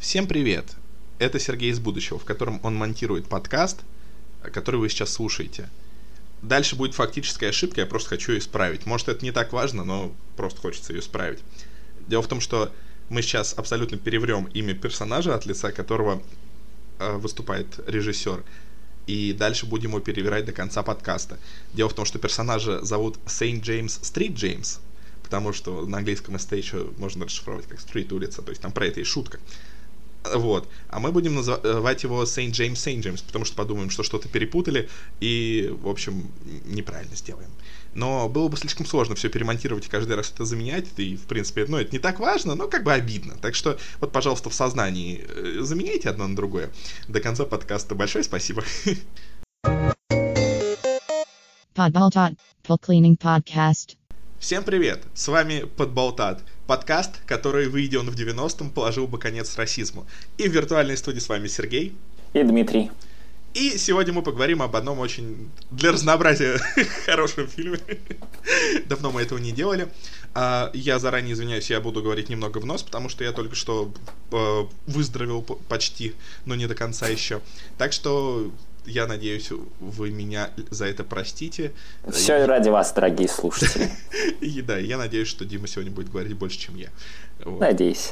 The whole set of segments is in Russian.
Всем привет! Это Сергей из будущего, в котором он монтирует подкаст, который вы сейчас слушаете. Дальше будет фактическая ошибка, я просто хочу ее исправить. Может, это не так важно, но просто хочется ее исправить. Дело в том, что мы сейчас абсолютно переврем имя персонажа, от лица которого выступает режиссер, и дальше будем его перевирать до конца подкаста. Дело в том, что персонажа зовут Saint James Street James, потому что на английском ST еще можно расшифровать как Street улица, то есть там про это и шутка. Вот. А мы будем называть его Saint James, потому что подумаем, что что-то перепутали и, в общем, неправильно сделаем. Но было бы слишком сложно все перемонтировать и каждый раз это заменять, и, в принципе, это не так важно, но как бы обидно. Так что, вот, пожалуйста, в сознании заменяйте одно на другое. До конца подкаста. Большое спасибо. Подболтат, Cleaning Podcast. Всем привет! С вами Подболтат, подкаст, который, выйдя он в 90-м, положил бы конец расизму. И в виртуальной студии с вами Сергей и Дмитрий. И сегодня мы поговорим об одном очень, для разнообразия, хорошем фильме. Давно мы этого не делали. Я заранее извиняюсь, я буду говорить немного в нос, потому что я только что выздоровел почти, но не до конца еще. Так что... Я надеюсь, вы меня за это простите. Все ради вас, дорогие слушатели. И да, я надеюсь, что Дима сегодня будет говорить больше, чем я. Вот. Надеюсь.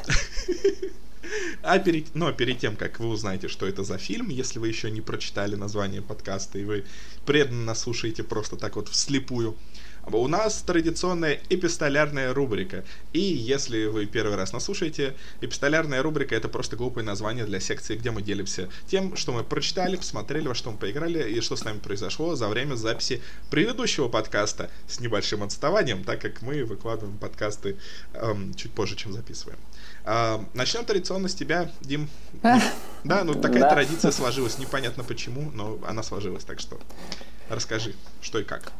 Но перед тем, как вы узнаете, что это за фильм, если вы еще не прочитали название подкаста, и вы преданно нас слушаете просто так вот вслепую, у нас традиционная эпистолярная рубрика. И если вы первый раз нас слушаете, эпистолярная рубрика — это просто глупое название для секции, где мы делимся тем, что мы прочитали, посмотрели, во что мы поиграли и что с нами произошло за время записи предыдущего подкаста с небольшим отставанием, так как мы выкладываем подкасты чуть позже, чем записываем. Начнем традиционно с тебя, Дим. Да, такая традиция сложилась, непонятно почему, но она сложилась, так что расскажи, что и как.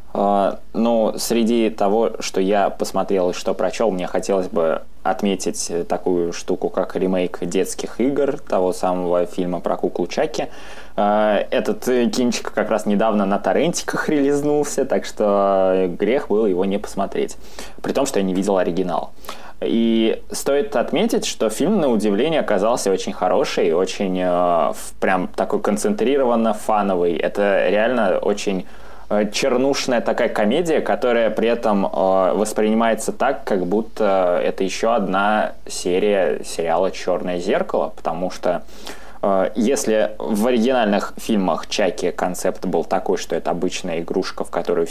Среди того, что я посмотрел и что прочел, мне хотелось бы отметить такую штуку, как ремейк детских игр того самого фильма про куклу Чаки. Этот кинчик как раз недавно на торрентиках релизнулся, так что грех было его не посмотреть. При том, что я не видел оригинал. И стоит отметить, что фильм, на удивление, оказался очень хороший, очень прям такой концентрированно фановый. Это реально очень... чернушная такая комедия, которая при этом воспринимается так, как будто это еще одна серия сериала «Черное зеркало», потому что если в оригинальных фильмах Чаки концепт был такой, что это обычная игрушка, в которую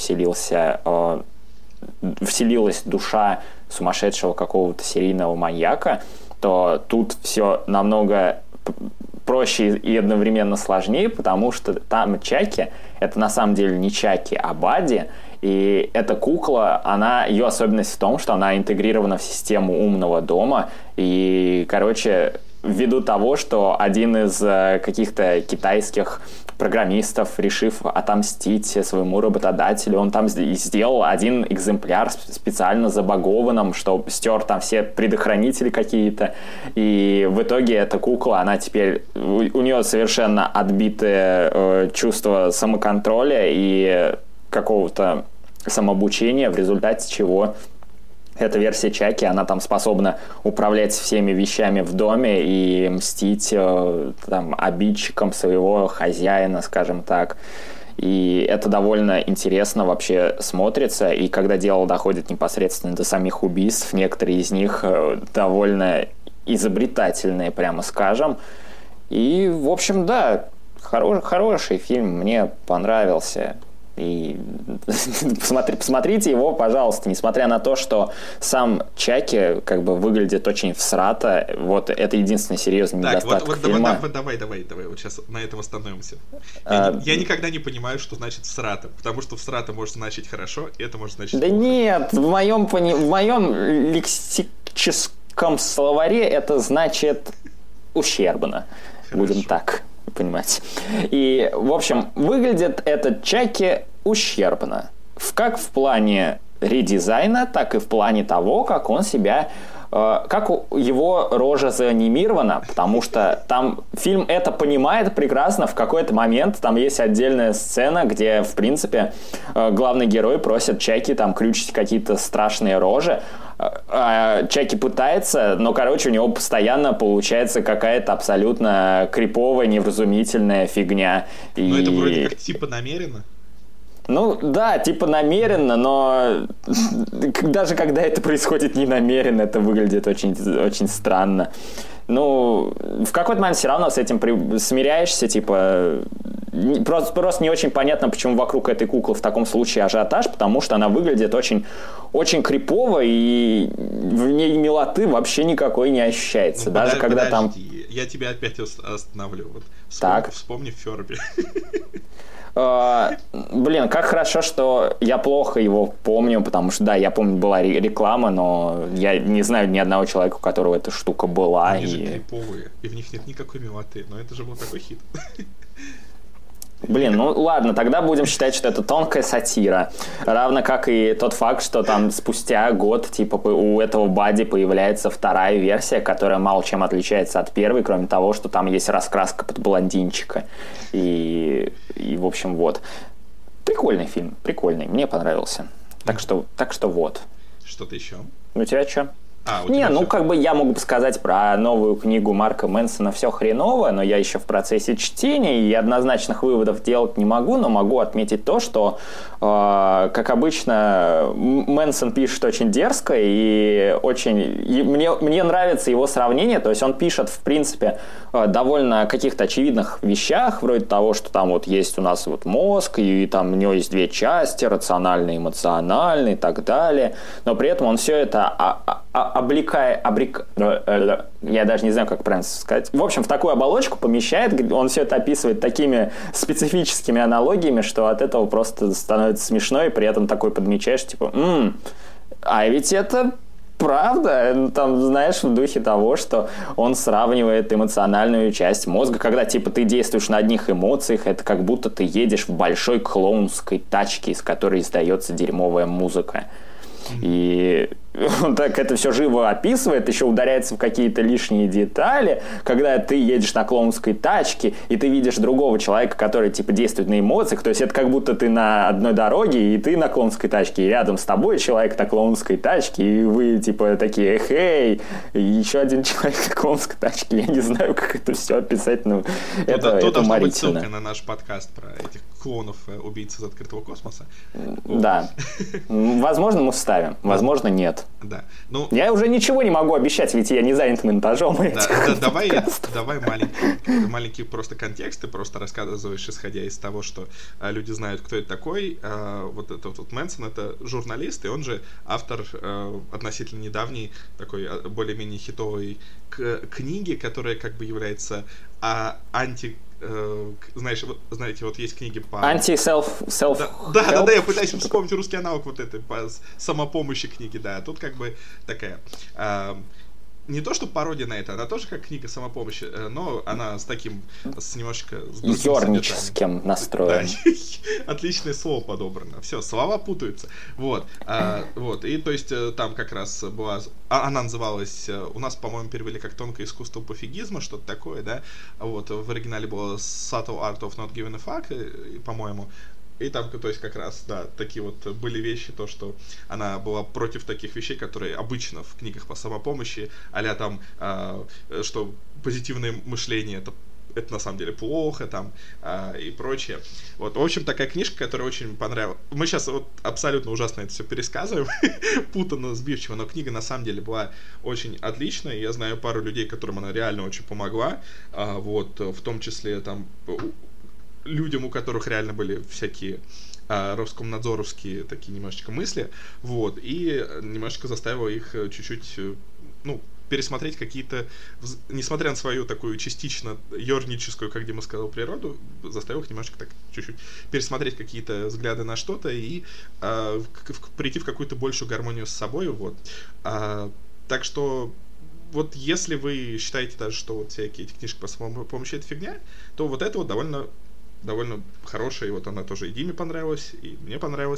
вселилась душа сумасшедшего какого-то серийного маньяка, то тут все намного проще и одновременно сложнее, потому что там Чаки — это на самом деле не Чаки, а Бадди, и эта кукла, ее особенность в том, что она интегрирована в систему умного дома, и, ввиду того, что один из каких-то китайских программистов, решив отомстить своему работодателю, он там сделал один экземпляр специально забагованным, что стер там все предохранители какие-то, и в итоге эта кукла, она теперь, у нее совершенно отбитое чувство самоконтроля и какого-то самообучения, в результате чего эта версия Чаки, она там способна управлять всеми вещами в доме и мстить там обидчикам своего хозяина, скажем так. И это довольно интересно вообще смотрится. И когда дело доходит непосредственно до самих убийств, некоторые из них довольно изобретательные, прямо скажем. И, в общем, да, хороший фильм, мне понравился. И посмотрите его, пожалуйста, несмотря на то, что сам Чаки выглядит очень всрато. Вот это единственный серьезный недостаток фильма. Давай, вот сейчас на этом остановимся. Я никогда не понимаю, что значит всрато, потому что всрато может значить хорошо, и это может значить плохо. Нет, в моем лексическом словаре это значит ущербно. Хорошо. Будем так понимать. И, в общем, выглядит этот Чаки ущербно. Как в плане редизайна, так и в плане того, как он себя как его рожа заанимирована, потому что там фильм это понимает прекрасно. В какой-то момент там есть отдельная сцена, где, в принципе, главный герой просит Чаки там крючить какие-то страшные рожи. Чаки пытается, но, короче, у него постоянно получается какая-то абсолютно криповая, невразумительная фигня. Но это вроде как типа намеренно. Ну, да, типа намеренно, но даже когда это происходит не намеренно, это выглядит очень, очень странно. Ну, в какой-то момент все равно с этим смиряешься, типа... Просто не очень понятно, почему вокруг этой куклы в таком случае ажиотаж, потому что она выглядит очень, очень крипово, и в ней милоты вообще никакой не ощущается. Ну, даже когда подожди, там... Я тебя опять остановлю. Вот вспомни Фёрби. Блин, как хорошо, что я плохо его помню, потому что, да, я помню, была реклама, но я не знаю ни одного человека, у которого эта штука была. Они же криповые, и в них нет никакой милоты, но это же был такой хит. Блин, ну ладно, тогда будем считать, что это тонкая сатира. Равно как и тот факт, что там спустя год, типа, у этого Бадди появляется вторая версия, которая мало чем отличается от первой, кроме того, что там есть раскраска под блондинчика. И в общем, вот. Прикольный фильм, прикольный, мне понравился. Так что вот. Что-то еще? У тебя что? Не, ну как бы я могу бы сказать про новую книгу Марка Мэнсона «Все хреново», но я еще в процессе чтения и однозначных выводов делать не могу, но могу отметить то, что, как обычно, Мэнсон пишет очень дерзко и очень... И мне нравится его сравнение, то есть он пишет, в принципе, довольно каких-то очевидных вещах, вроде того, что там вот есть у нас вот мозг, и там у него есть две части, рациональный, эмоциональный и так далее, но при этом он все это я даже не знаю, как правильно сказать. В общем, в такую оболочку помещает, он все это описывает такими специфическими аналогиями, что от этого просто становится смешно, и при этом такой подмечаешь, типа, а ведь это правда, там, знаешь, в духе того, что он сравнивает эмоциональную часть мозга, когда, типа, ты действуешь на одних эмоциях, это как будто ты едешь в большой клоунской тачке, из которой издается дерьмовая музыка. И он так это все живо описывает, еще ударяется в какие-то лишние детали, когда ты едешь на клоунской тачке, и ты видишь другого человека, который, типа, действует на эмоциях, то есть это как будто ты на одной дороге, и ты на клоунской тачке, и рядом с тобой человек на клоунской тачке, и вы, типа, такие, хей, и еще один человек на клоунской тачке, я не знаю, как это все описать, но это тут должна быть уморительно. ссылка на наш подкаст про этих клонов убийц из открытого космоса. Да. Возможно, мы вставим, возможно, нет. Да. Ну, я уже ничего не могу обещать, ведь я не занят монтажом. Давай маленький просто контекст, ты просто рассказываешь, исходя из того, что люди знают, кто это такой. Вот этот вот Мэнсон, это журналист, и он же автор относительно недавней такой более-менее хитовой книги, которая как бы является знаете, вот есть книги по... Анти-селф... Да, я пытаюсь вспомнить русский аналог вот этой по самопомощи книги, да. Тут как бы такая... не то, что пародия на это, она тоже как книга самопомощи, но она немножечко... Ёрническим настроем. Да, отличное слово подобрано. Все, слова путаются. Вот. И то есть там как раз была... Она называлась... У нас, по-моему, перевели как «Тонкое искусство пофигизма», что-то такое, да? Вот. В оригинале было «Subtle Art of Not Giving a Fuck», по-моему. И там, то есть, как раз, да, такие вот были вещи, то, что она была против таких вещей, которые обычно в книгах по самопомощи, а-ля там, что позитивное мышление это на самом деле плохо, там, и прочее. Вот, в общем, такая книжка, которая очень понравилась. Мы сейчас вот абсолютно ужасно это все пересказываем, путанно, сбивчиво, но книга на самом деле была очень отличная. Я знаю пару людей, которым она реально очень помогла, вот, в том числе, там, людям, у которых реально были всякие роскомнадзоровские такие немножечко мысли, вот, и немножечко заставило их чуть-чуть, пересмотреть какие-то, несмотря на свою такую частично ёрническую, как Дима сказал, природу, заставил их немножечко так чуть-чуть пересмотреть какие-то взгляды на что-то и прийти в какую-то большую гармонию с собой, вот. Так что вот если вы считаете даже, что вот всякие эти книжки по самопомощи это фигня, то вот это вот довольно хорошая, и вот она тоже и Диме понравилась, и мне понравилась.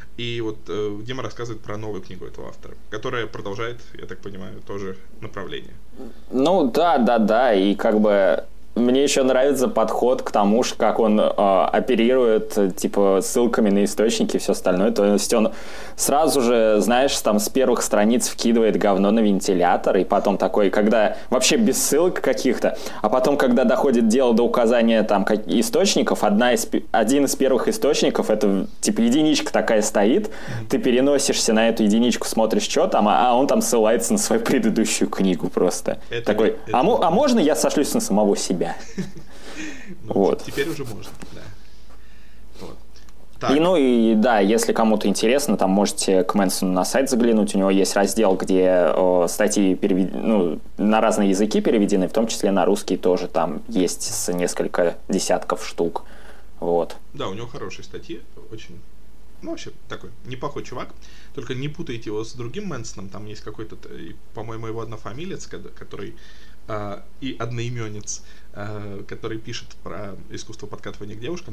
И вот Дима рассказывает про новую книгу этого автора, которая продолжает, я так понимаю, тоже направление. Ну да, и как бы мне еще нравится подход к тому, как он оперирует, типа, ссылками на источники и все остальное. То есть он сразу же, знаешь, там с первых страниц вкидывает говно на вентилятор, и потом такой, когда вообще без ссылок каких-то, а потом, когда доходит дело до указания там источников, один из первых источников, это типа единичка такая стоит, ты переносишься на эту единичку, смотришь, что там, а он там ссылается на свою предыдущую книгу просто. Такой, а можно я сошлюсь на самого себя? Ну, вот. Теперь уже можно, да. Вот. Так. И да, если кому-то интересно, там можете к Мэнсону на сайт заглянуть, у него есть раздел, где статьи на разные языки переведены, в том числе на русский тоже, там есть с несколько десятков штук. Вот. Да, у него хорошие статьи, очень... Ну, вообще, такой неплохой чувак. Только не путайте его с другим Мэнсоном. Там есть какой-то, по-моему, его однофамилец, который и одноименец, который пишет про искусство подкатывания к девушкам.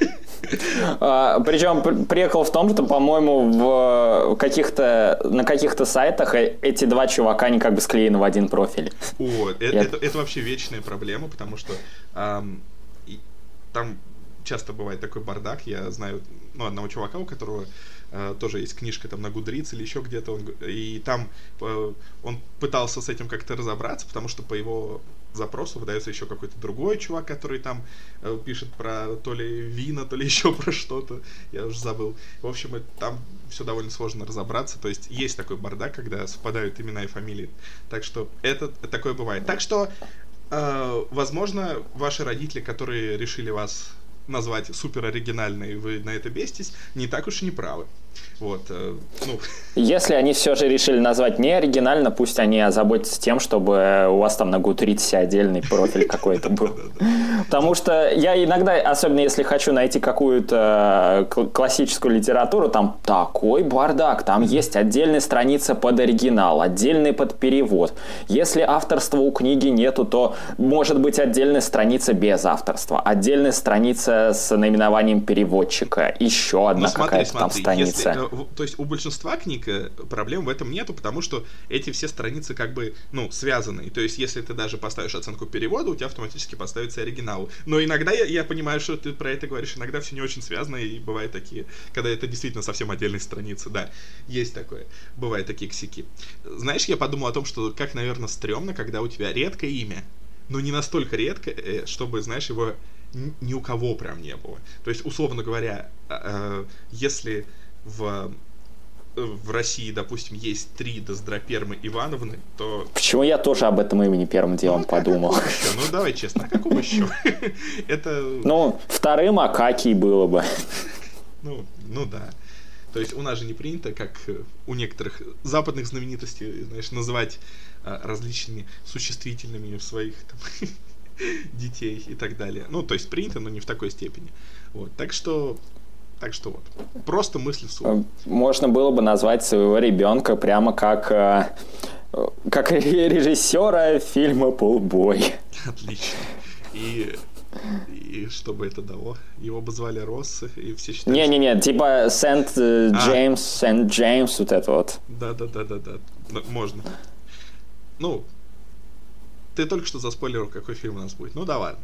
Причем прикол в том, что, по-моему, на каких-то сайтах эти два чувака, они как бы склеены в один профиль. Это вообще вечная проблема, потому что там часто бывает такой бардак. Я знаю одного чувака, у которого тоже есть книжка там на Goodreads или еще где-то, и там он пытался с этим как-то разобраться, потому что по его запросу выдается еще какой-то другой чувак, который там пишет про то ли вина, то ли еще про что-то, я уже забыл. В общем, там все довольно сложно разобраться, то есть есть такой бардак, когда совпадают имена и фамилии, так что это такое бывает. Так что, возможно, ваши родители, которые решили вас назвать супер оригинальной, вы на это беситесь, не так уж и не правы. Вот, Если они все же решили назвать не оригинально, пусть они озаботятся тем, чтобы у вас там на Goodreads отдельный профиль какой-то был. Потому что я иногда, особенно если хочу найти какую-то классическую литературу, там такой бардак, там есть отдельная страница под оригинал, отдельный под перевод. Если авторства у книги нету, то может быть отдельная страница без авторства, отдельная страница с наименованием переводчика, еще одна какая-то там страница. То есть у большинства книг проблем в этом нету, потому что эти все страницы как бы, связаны. То есть если ты даже поставишь оценку перевода, у тебя автоматически поставится оригинал. Но иногда я понимаю, что ты про это говоришь, иногда все не очень связано, и бывают такие, когда это действительно совсем отдельные страницы, да, есть такое. Бывают такие косяки. Знаешь, я подумал о том, что как, наверное, стрёмно, когда у тебя редкое имя, но не настолько редкое, чтобы, знаешь, его ни у кого прям не было. То есть, условно говоря, если в России, допустим, есть 3 Доздропермы Ивановны, то... Почему я тоже об этом имени первым делом подумал? Как еще? Давай честно, какого еще? Это... вторым Акакий было бы. Да. То есть у нас же не принято, как у некоторых западных знаменитостей, знаешь, называть различными существительными своих там, детей и так далее. То есть принято, но не в такой степени. Вот. Так что вот. Просто мысли вслух. Можно было бы назвать своего ребенка прямо как режиссера фильма «Полбой». Отлично. И что бы это дало? Его бы звали Росс, и все считают... Не, типа Сент-Джеймс, вот это вот. Да. Можно. Ты только что заспойлерил, какой фильм у нас будет. Да ладно.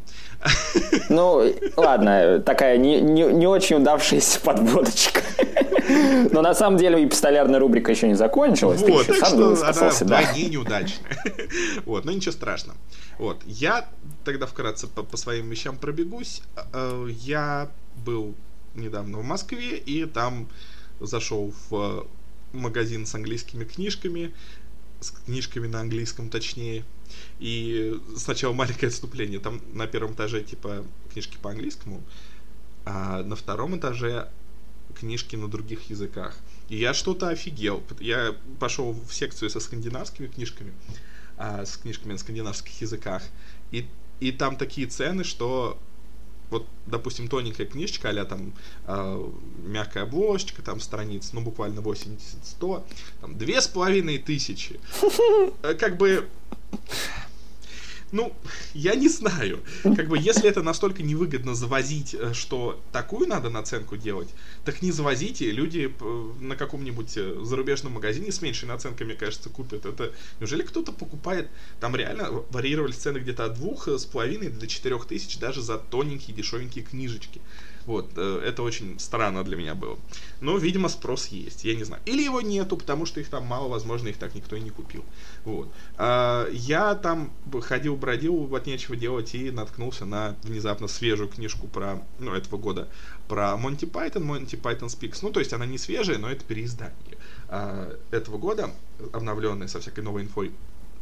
Ладно, такая не очень удавшаяся подводочка. Но на самом деле эпистолярная рубрика еще не закончилась. Вот, так что она вдвойне неудачная. Вот, но ничего страшного. Вот, я тогда вкратце по своим вещам пробегусь. Я был недавно в Москве, и там зашел в магазин с английскими книжками, с книжками на английском точнее. И сначала маленькое отступление. Там на первом этаже типа книжки по английскому, а на втором этаже книжки на других языках. И я что-то офигел. Я пошел в секцию со скандинавскими книжками, с книжками на скандинавских языках. И там такие цены, что вот, допустим, тоненькая книжечка, а-ля там мягкая обложечка, там страниц, буквально 80-100, там 2500. Как бы... Ну, я не знаю. Как бы, если это настолько невыгодно завозить, что такую надо наценку делать, так не завозите. Люди на каком-нибудь зарубежном магазине с меньшей наценкой, мне кажется, купят. Это неужели кто-то покупает? Там реально варьировались цены где-то от 2,5 до 4 тысяч даже за тоненькие, дешевенькие книжечки. Вот, это очень странно для меня было. Но, видимо, спрос есть, я не знаю. Или его нету, потому что их там мало, возможно, их так никто и не купил. Вот. Я там ходил-бродил, от нечего делать, и наткнулся на внезапно свежую книжку этого года, про Монти Пайтон, Monty Python Speaks. Ну, то есть она не свежая, но это переиздание этого года, обновленное со всякой новой инфой,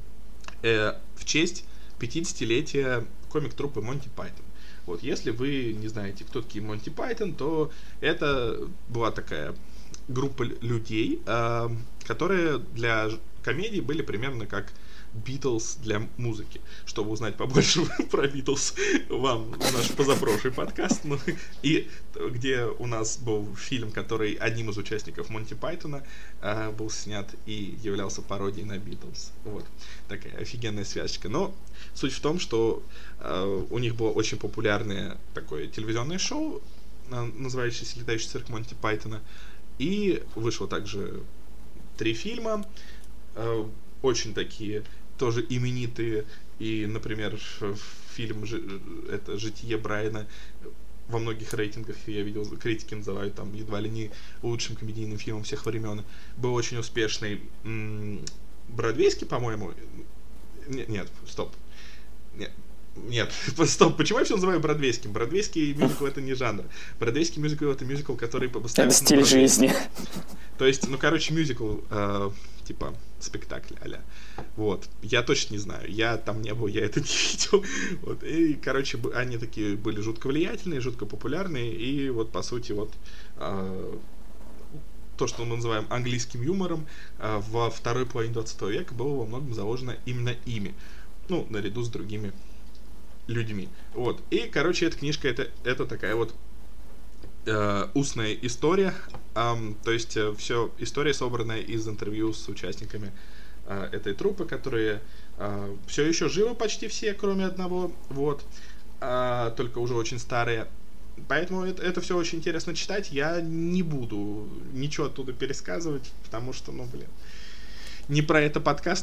в честь 50-летия комик-труппы Монти Пайтон. Вот, если вы не знаете, кто такие Монти Пайтон, то это была такая группа людей, которые для комедии были примерно как Битлз для музыки. Чтобы узнать побольше про Битлз, вам наш позапрошлый подкаст, и где у нас был фильм, который одним из участников Монти Пайтона был снят и являлся пародией на Битлз. Вот, такая офигенная связочка. Но суть в том, что у них было очень популярное такое телевизионное шоу, называющееся «Летающий цирк Монти Пайтона», и вышло также 3 фильма, очень такие тоже именитые, и, например, фильм это «Житие Брайана» во многих рейтингах, я видел, критики называют там едва ли не лучшим комедийным фильмом всех времен. Был очень успешный бродвейский, по-моему. Нет, стоп. Нет, стоп, почему я все называю бродвейским? Бродвейский мюзикл — это не жанр. Бродвейский мюзикл — это мюзикл, который поставлен... Это стиль жизни. То есть, мюзикл, типа спектакль а-ля. Вот. Я точно не знаю. Я там не был, я это не видел. Вот. И, они такие были жутко влиятельные, жутко популярные. И вот, по сути, вот то, что мы называем английским юмором, во второй половине 20 века было во многом заложено именно ими. Ну, наряду с другими людьми. Вот. И, эта книжка это такая вот устная история. То есть все история, собранная из интервью с участниками этой труппы, которые все еще живы почти все, кроме одного. Вот. Только уже очень старые. Поэтому это все очень интересно читать. Я не буду ничего оттуда пересказывать, потому что, не про это подкаст.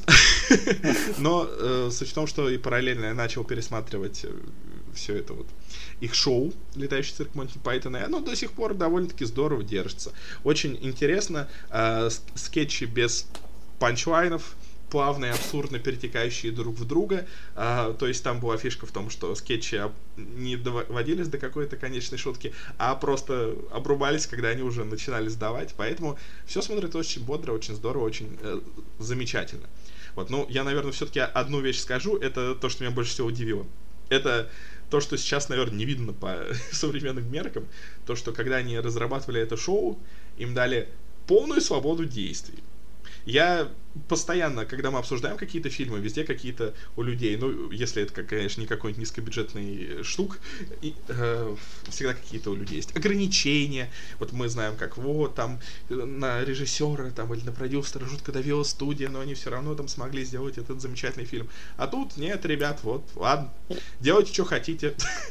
Но суть в том, что и параллельно я начал пересматривать все это вот их шоу «Летающий цирк Монти Пайтона», и оно до сих пор довольно-таки здорово держится. Очень интересно, скетчи без панчлайнов, плавные, абсурдно перетекающие друг в друга. То есть там была фишка в том, что скетчи не доводились до какой-то конечной шутки, а просто обрубались, когда они уже начинали сдавать. Поэтому все смотрится очень бодро, очень здорово, очень замечательно. Вот, я, наверное, все-таки одну вещь скажу. Это то, что меня больше всего удивило. Это то, что сейчас, наверное, не видно по современным меркам. То, что когда они разрабатывали это шоу, им дали полную свободу действий. Я постоянно, когда мы обсуждаем какие-то фильмы, везде какие-то у людей, если это, конечно, не какой-нибудь низкобюджетный штук, всегда какие-то у людей есть ограничения. Вот мы знаем, как там на режиссера там, или на продюсера жутко давила студия, но они все равно там смогли сделать этот замечательный фильм. А тут нет, ребят, ладно, делайте, что хотите.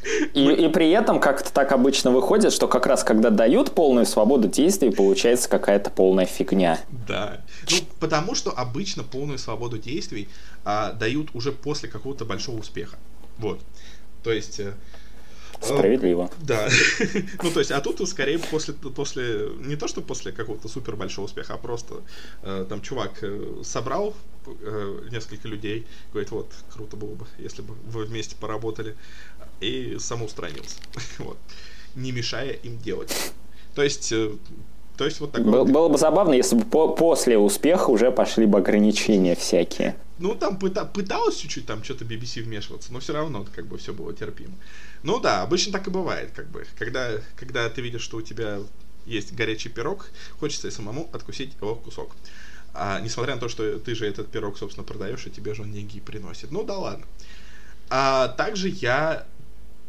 И при этом как-то так обычно выходит, что как раз когда дают полную свободу действий, получается какая-то полная фигня. Да. Потому что обычно полную свободу действий дают уже после какого-то большого успеха. Вот. То есть... Справедливо. Да. То есть, а тут скорее после не то, что после какого-то супер большого успеха, а просто там чувак собрал несколько людей, говорит, вот, круто было бы, если бы вы вместе поработали, и самоустранился. Вот. Не мешая им делать. То есть вот такое. Было бы забавно, если бы после успеха уже пошли бы ограничения всякие. Там пыталась чуть-чуть там что-то BBC вмешиваться, но все равно все было терпимо. Да, обычно так и бывает, когда ты видишь, что у тебя есть горячий пирог, хочется и самому откусить его кусок. Несмотря на то, что ты же этот пирог, собственно, продаешь, и тебе же он деньги приносит. Да ладно. Также я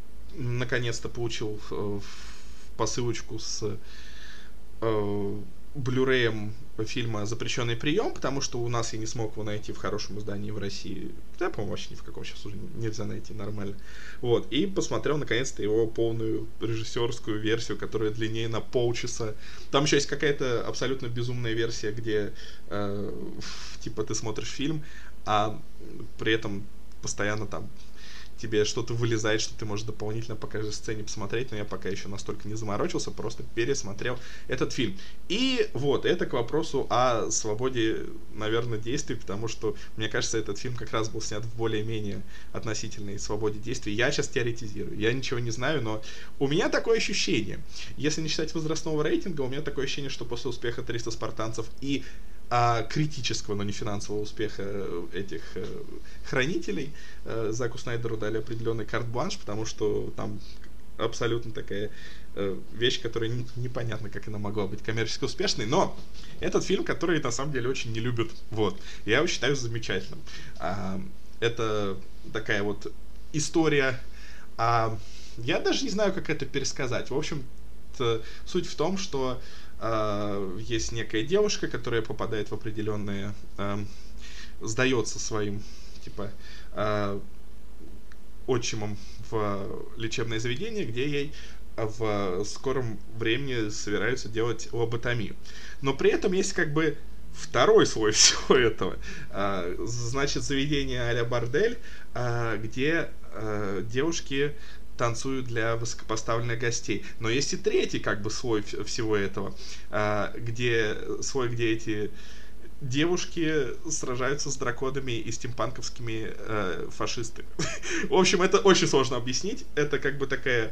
наконец-то получил посылочку с блюреем фильма «Запрещенный прием», потому что у нас я не смог его найти в хорошем издании в России. Да, по-моему, вообще ни в каком сейчас уже нельзя найти нормально. Вот. И посмотрел, наконец-то, его полную режиссерскую версию, которая длиннее на полчаса. Там еще есть какая-то абсолютно безумная версия, где типа ты смотришь фильм, а при этом постоянно там тебе что-то вылезает, что ты можешь дополнительно по каждой сцене посмотреть, но я пока еще настолько не заморочился, просто пересмотрел этот фильм. И вот, это к вопросу о свободе, наверное, действий, потому что, мне кажется, этот фильм как раз был снят в более-менее относительной свободе действий. Я сейчас теоретизирую, я ничего не знаю, но у меня такое ощущение, если не считать возрастного рейтинга, у меня такое ощущение, что после успеха «300 спартанцев» и критического, но не финансового успеха этих хранителей Заку Снайдеру дали определенный карт-бланш, потому что там абсолютно такая вещь, которая непонятно, как она могла быть коммерчески успешной, но этот фильм, который на самом деле очень не любят, вот, я его считаю замечательным. Это такая вот история, я даже не знаю, как это пересказать. В общем-то, суть в том, что есть некая девушка, которая попадает в определенные, сдается своим, типа, отчимом в лечебное заведение, где ей в скором времени собираются делать лоботомию. Но при этом есть как бы второй слой всего этого. Значит, заведение а-ля бордель, где девушки танцуют для высокопоставленных гостей. Но есть и третий как бы слой всего этого, где эти девушки сражаются с драконами и стимпанковскими фашистами. В общем, это очень сложно объяснить. Это как бы такая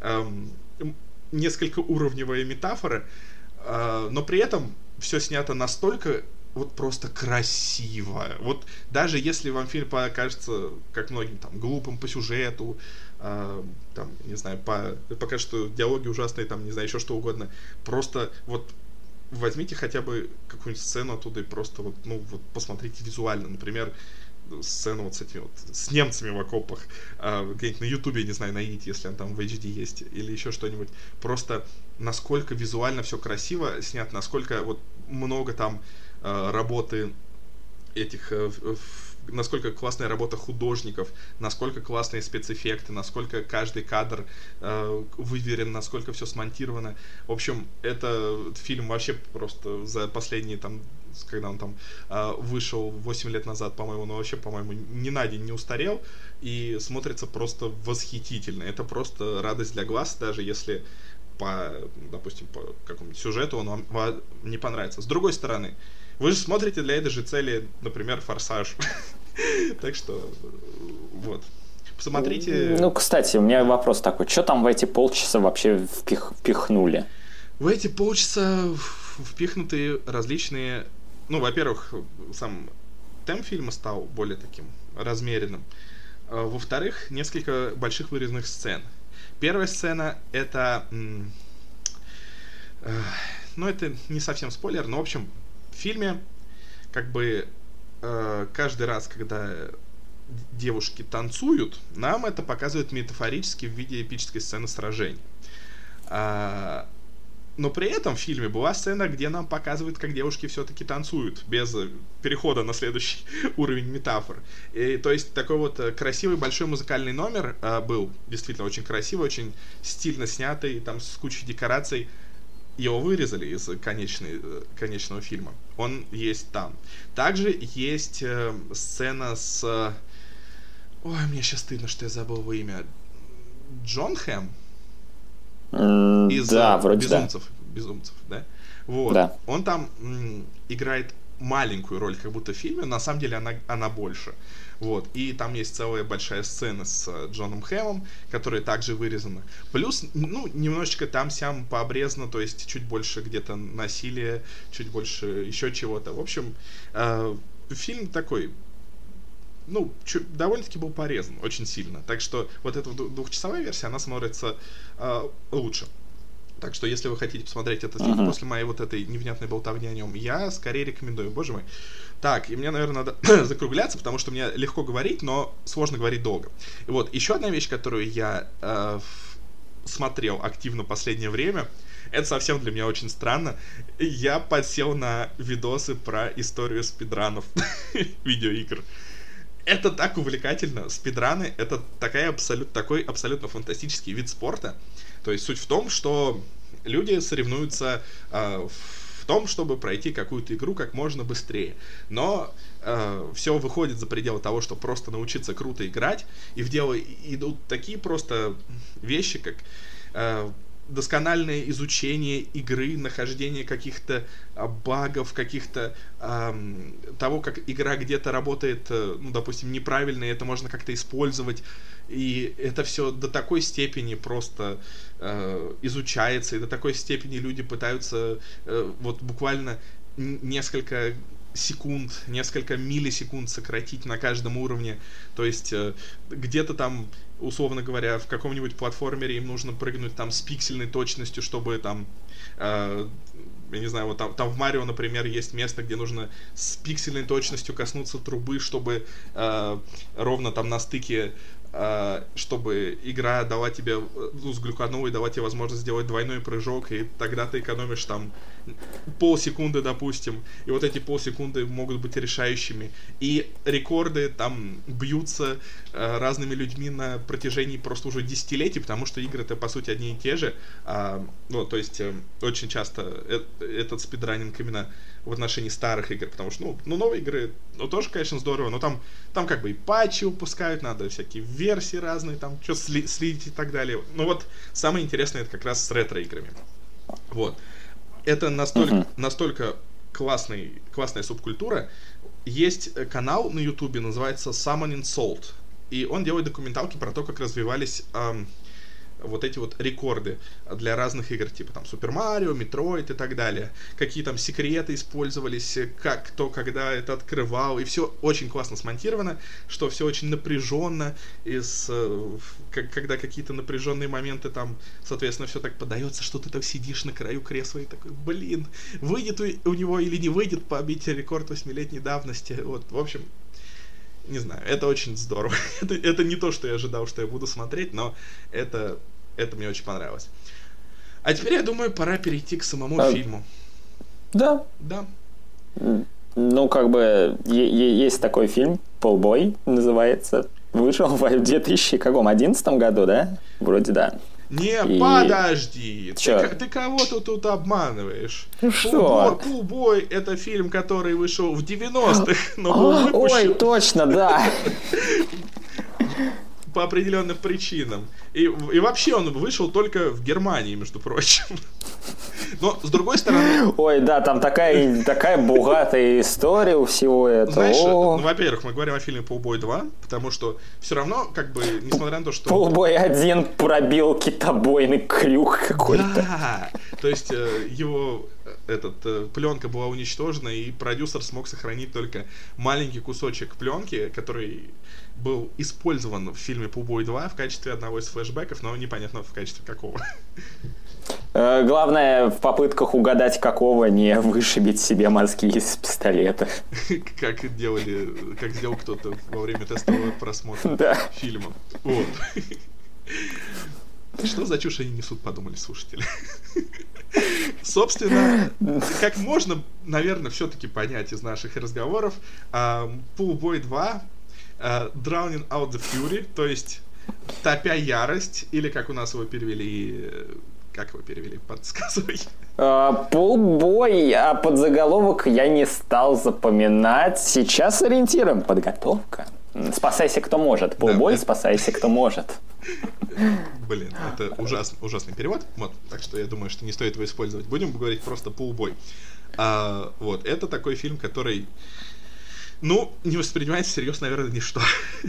несколько уровневая метафора, но при этом все снято настолько вот просто красиво. Вот даже если вам фильм покажется, как многим, там, глупым по сюжету, там, не знаю, покажется, что диалоги ужасные, там, не знаю, еще что угодно, просто вот возьмите хотя бы какую-нибудь сцену оттуда и просто вот, ну, вот посмотрите визуально, например, сцену вот с этими вот, с немцами в окопах, где-нибудь на ютубе, не знаю, найдите, если он там в HD есть, или еще что-нибудь. Просто насколько визуально все красиво снято, насколько вот много там работы этих, насколько классная работа художников, насколько классные спецэффекты, насколько каждый кадр выверен, насколько все смонтировано. В общем, этот фильм вообще просто за последние там, когда он там вышел 8 лет назад, по-моему, но вообще, по-моему, ни на день не устарел и смотрится просто восхитительно. Это просто радость для глаз, даже если допустим, по какому-нибудь сюжету он вам не понравится. С другой стороны, вы же смотрите для этой же цели, например, «Форсаж». Так что, вот. Посмотрите. Ну, кстати, у меня вопрос такой. Что там в эти полчаса вообще впихнули? В эти полчаса впихнуты различные... Ну, во-первых, сам темп фильма стал более таким размеренным. Во-вторых, несколько больших вырезанных сцен. Первая сцена — это... Ну, это не совсем спойлер, но, в общем, в фильме как бы каждый раз, когда девушки танцуют, нам это показывают метафорически в виде эпической сцены сражения. Но при этом в фильме была сцена, где нам показывают, как девушки все-таки танцуют, без перехода на следующий уровень метафор. И, то есть такой вот красивый большой музыкальный номер был, действительно очень красивый, очень стильно снятый, там с кучей декораций. Его вырезали из конечного фильма. Он есть там. Также есть сцена с... Ой, мне сейчас стыдно, что я забыл его имя. Джон Хэм? Из да, вроде Безумцев, да? Вот. Да. Он там играет маленькую роль, как будто в фильме, но на самом деле она больше. Вот. И там есть целая большая сцена с Джоном Хэмом, которая также вырезана. Плюс, ну, немножечко там-сям пообрезано, то есть чуть больше где-то насилия, чуть больше еще чего-то. В общем, фильм такой, ну, довольно-таки был порезан очень сильно. Так что вот эта двухчасовая версия, она смотрится лучше. Так что, если вы хотите посмотреть этот фильм после моей вот этой невнятной болтовни о нем, я скорее рекомендую. Боже мой. Так, и мне, наверное, надо закругляться, потому что мне легко говорить, но сложно говорить долго. И вот, еще одна вещь, которую я смотрел активно в последнее время. Это совсем для меня очень странно. Я подсел на видосы про историю спидранов видеоигр. Это так увлекательно. Спидраны — это такой абсолютно фантастический вид спорта. То есть суть в том, что люди соревнуются в том, чтобы пройти какую-то игру как можно быстрее. Но все выходит за пределы того, чтобы просто научиться круто играть. И в дело идут такие просто вещи, как доскональное изучение игры, нахождение каких-то багов, каких-то того, как игра где-то работает, ну, допустим, неправильно, и это можно как-то использовать. И это все до такой степени просто изучается, и до такой степени люди пытаются вот буквально несколько секунд, несколько миллисекунд сократить на каждом уровне. То есть где-то там, условно говоря, в каком-нибудь платформере им нужно прыгнуть там с пиксельной точностью, чтобы там я не знаю, вот там в Марио, например, есть место, где нужно с пиксельной точностью коснуться трубы, чтобы ровно там на стыке, чтобы игра дала тебе, ну, сглюканула и дала тебе возможность сделать двойной прыжок, и тогда ты экономишь там полсекунды, допустим, и вот эти полсекунды могут быть решающими. И рекорды там бьются разными людьми на протяжении просто уже десятилетий, потому что игры-то по сути одни и те же. Ну, то есть очень часто этот спидранинг именно в отношении старых игр, потому что, ну новые игры, ну, тоже, конечно, здорово, но там как бы и патчи выпускают, надо всякие версии разные, там, что слить и так далее. Ну, вот, самое интересное, это как раз с ретро-играми. Вот. Это настолько классная субкультура. Есть канал на Ютубе, называется Summoning Salt, и он делает документалки про то, как развивались вот эти вот рекорды для разных игр, типа там Супер Марио, Метроид и так далее. Какие там секреты использовались, как кто когда это открывал. И все очень классно смонтировано, что все очень напряженно. Когда какие-то напряженные моменты там, соответственно, все так подается, что ты там сидишь на краю кресла и такой, блин, выйдет у него или не выйдет побить рекорд 8-летней давности. Вот, в общем, не знаю, это очень здорово. это не то, что я ожидал, что я буду смотреть, но это мне очень понравилось. А теперь, я думаю, пора перейти к самому фильму. Да. Ну, как бы, есть такой фильм, «Полбой» называется. Вышел в 2011 году, да? Вроде да. Подожди, ты кого-то тут обманываешь. Что? «Пулбой» — это фильм, который вышел в 90-х, но был выпущен... Ой, точно, да. По определенным причинам. И вообще он вышел только в Германии, между прочим. Но, с другой стороны... Ой, да, там такая богатая история у всего этого. Знаешь, ну, во-первых, мы говорим о фильме «Пулбой 2», потому что все равно, как бы, несмотря на то, что... «Пулбой 1» пробил китобойный крюк какой-то. Да, то есть его... пленка была уничтожена, и продюсер смог сохранить только маленький кусочек пленки, который был использован в фильме «Пулбой 2» в качестве одного из флешбеков, но непонятно в качестве какого. Главное, в попытках угадать какого, не вышибить себе мозги из пистолета. Как сделал кто-то во время тестового просмотра фильма. Вот. Что за чушь они несут, подумали слушатели. Собственно, как можно, наверное, все-таки понять из наших разговоров, «Пулбой 2», «Drowning Out the Fury», то есть «Топя ярость», или как у нас его перевели... Как его перевели? Подсказывай. «Пулбой», а подзаголовок я не стал запоминать. Сейчас ориентируем. Подготовка. «Спасайся, кто может». «Пулбой», да. «Спасайся, кто может». Блин, это ужасный перевод. Вот, так что я думаю, что не стоит его использовать. Будем говорить просто «Пулбой». Вот, это такой фильм, который, ну, не воспринимается всерьез, наверное, ничто.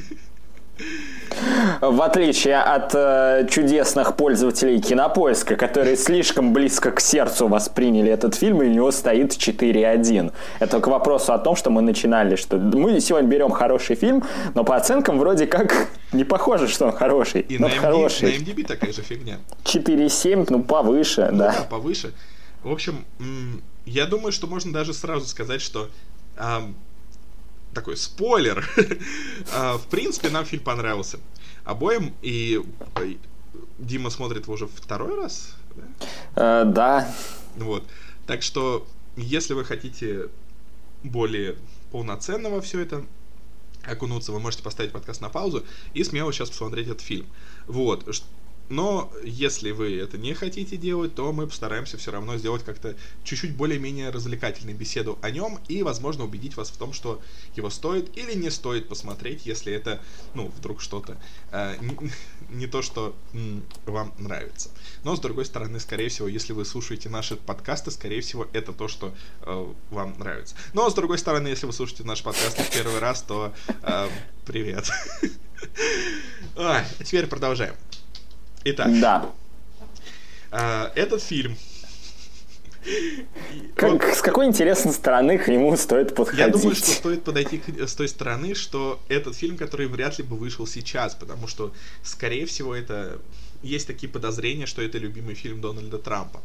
В отличие от чудесных пользователей Кинопоиска, которые слишком близко к сердцу восприняли этот фильм, и у него стоит 4.1. Это к вопросу о том, что мы начинали, что мы сегодня берем хороший фильм, но по оценкам вроде как не похоже, что он хороший. И на IMDb такая же фигня. 4.7, ну повыше, ну, да. Да, повыше. В общем, я думаю, что можно даже сразу сказать, что... такой спойлер. В принципе, нам фильм понравился обоим, и Дима смотрит его уже второй раз, да? Да. Вот. Так что, если вы хотите более полноценно во все это окунуться, вы можете поставить подкаст на паузу и смело сейчас посмотреть этот фильм. Вот. Но если вы это не хотите делать, то мы постараемся все равно сделать как-то чуть-чуть более-менее развлекательную беседу о нем и, возможно, убедить вас в том, что его стоит или не стоит посмотреть, если это, ну, вдруг что-то не то, что вам нравится. Но, с другой стороны, скорее всего, если вы слушаете наши подкасты, скорее всего, это то, что вам нравится. Но, с другой стороны, если вы слушаете наши подкасты в первый раз, то привет. А теперь продолжаем. Итак, да. Этот фильм... С какой интересной стороны к нему стоит подходить? Я думаю, что стоит подойти с той стороны, что этот фильм, который вряд ли бы вышел сейчас, потому что, скорее всего, это... Есть такие подозрения, что это любимый фильм Дональда Трампа.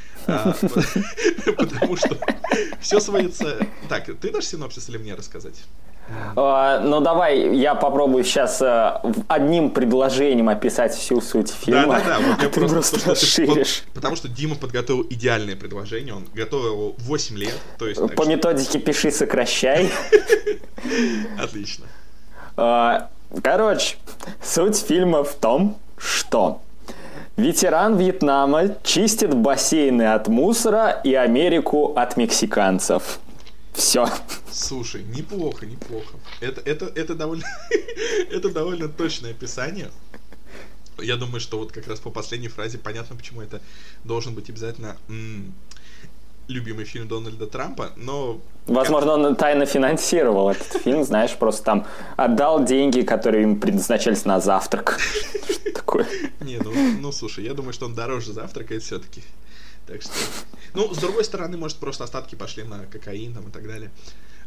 Потому что все сводится... Так, ты дашь синопсис или мне рассказать? Ну давай я попробую сейчас одним предложением описать всю суть фильма. Да. Вот я просто расширишь. Потому что Дима подготовил идеальное предложение. Он готовил его 8 лет. То есть, по методике «пиши, сокращай». Отлично. Короче, суть фильма в том, что ветеран Вьетнама чистит бассейны от мусора и Америку от мексиканцев. Все. Слушай, неплохо. Это довольно это довольно точное описание. Я думаю, что вот как раз по последней фразе понятно, почему это должен быть обязательно любимый фильм Дональда Трампа, но... Возможно, он тайно финансировал этот фильм, знаешь, просто там отдал деньги, которые им предназначались на завтрак. Что такое? Не, ну слушай, я думаю, что он дороже завтракает все-таки. Так что... Ну, с другой стороны, может, просто остатки пошли на кокаин там и так далее.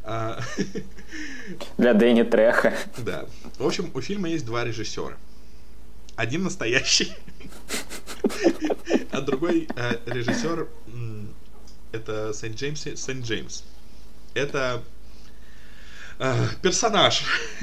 Для Дэнни Треха. Да. В общем, у фильма есть два режиссера. Один настоящий, а другой режиссер это Сент-Джеймс. Это персонаж.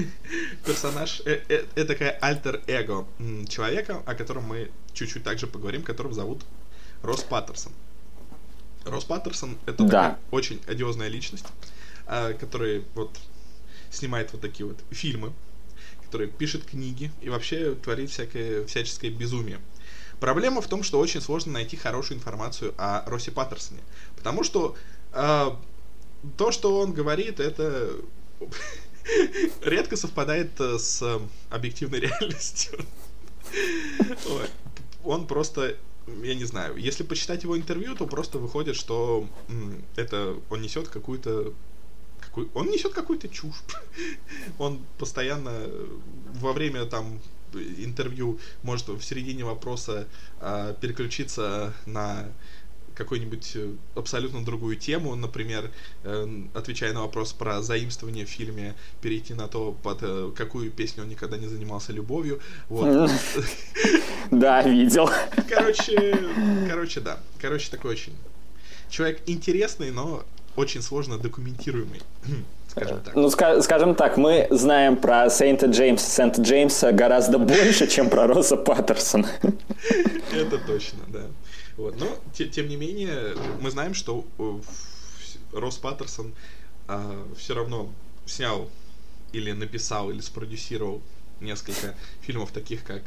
Это такая альтер-эго человека, о котором мы чуть-чуть также поговорим, которого зовут Росс Паттерсон. Росс Паттерсон — это такая очень одиозная личность, который вот снимает вот такие вот фильмы, который пишет книги и вообще творит всяческое безумие. Проблема в том, что очень сложно найти хорошую информацию о Россе Паттерсоне, потому что то, что он говорит, это редко совпадает с объективной реальностью. Он просто... Я не знаю, если почитать его интервью, то просто выходит, что он несет какую-то чушь. Он постоянно во время там интервью может в середине вопроса переключиться на какую-нибудь абсолютно другую тему, например, отвечая на вопрос про заимствование в фильме, перейти на то, под какую песню он никогда не занимался любовью. Вот. Да, видел. Короче, да. Короче, такой очень человек интересный, но очень сложно документируемый. Скажем так. Ну, скажем так, мы знаем про Сент-Джеймса гораздо больше, чем про Росса Паттерсона. Это точно, да. Вот. Но, тем не менее, мы знаем, что Росс Паттерсон все равно снял или написал, или спродюсировал несколько фильмов, таких как...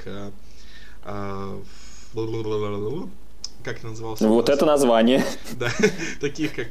как это называлось? Вот это название. Да, таких как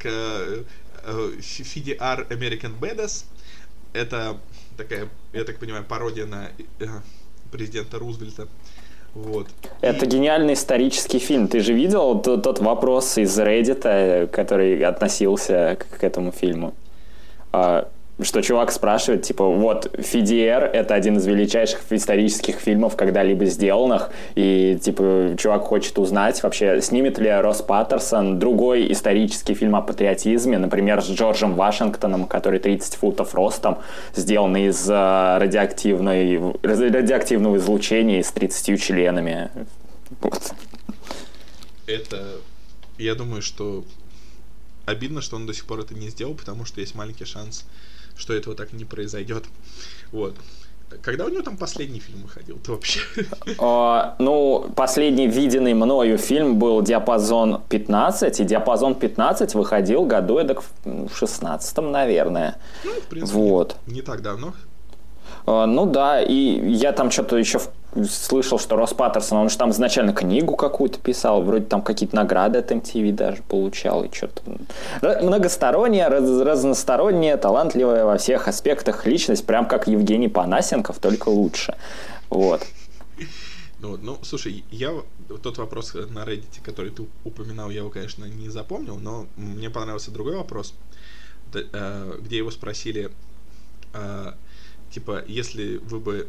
FDR American Badass. Это такая, я так понимаю, пародия на президента Рузвельта. Вот. Это гениальный исторический фильм. Ты же видел тот вопрос из Reddit, который относился к этому фильму? Что чувак спрашивает, типа, вот, FDR — это один из величайших исторических фильмов, когда-либо сделанных, и, типа, чувак хочет узнать, вообще, снимет ли Росс Паттерсон другой исторический фильм о патриотизме, например, с Джорджем Вашингтоном, который 30 футов ростом, сделанный из радиоактивного излучения и с 30 членами. Вот. Это, я думаю, что обидно, что он до сих пор это не сделал, потому что есть маленький шанс, что этого так не произойдет. Вот. Когда у него там последний фильм выходил? Ты вообще... Ну, последний виденный мною фильм был «Диапазон 15», и «Диапазон 15» выходил году эдак в 16-м, наверное. Ну, в принципе, вот. Не так давно. Ну да, и я там что-то еще слышал, что Росс Паттерсон, он же там изначально книгу какую-то писал, вроде там какие-то награды от MTV даже получал, и что-то... Многосторонняя, разносторонняя, талантливая во всех аспектах личность, прям как Евгений Панасенков, только лучше. Вот. Ну, слушай, я тот вопрос на Reddit, который ты упоминал, я его, конечно, не запомнил, но мне понравился другой вопрос, где его спросили... Типа, если вы бы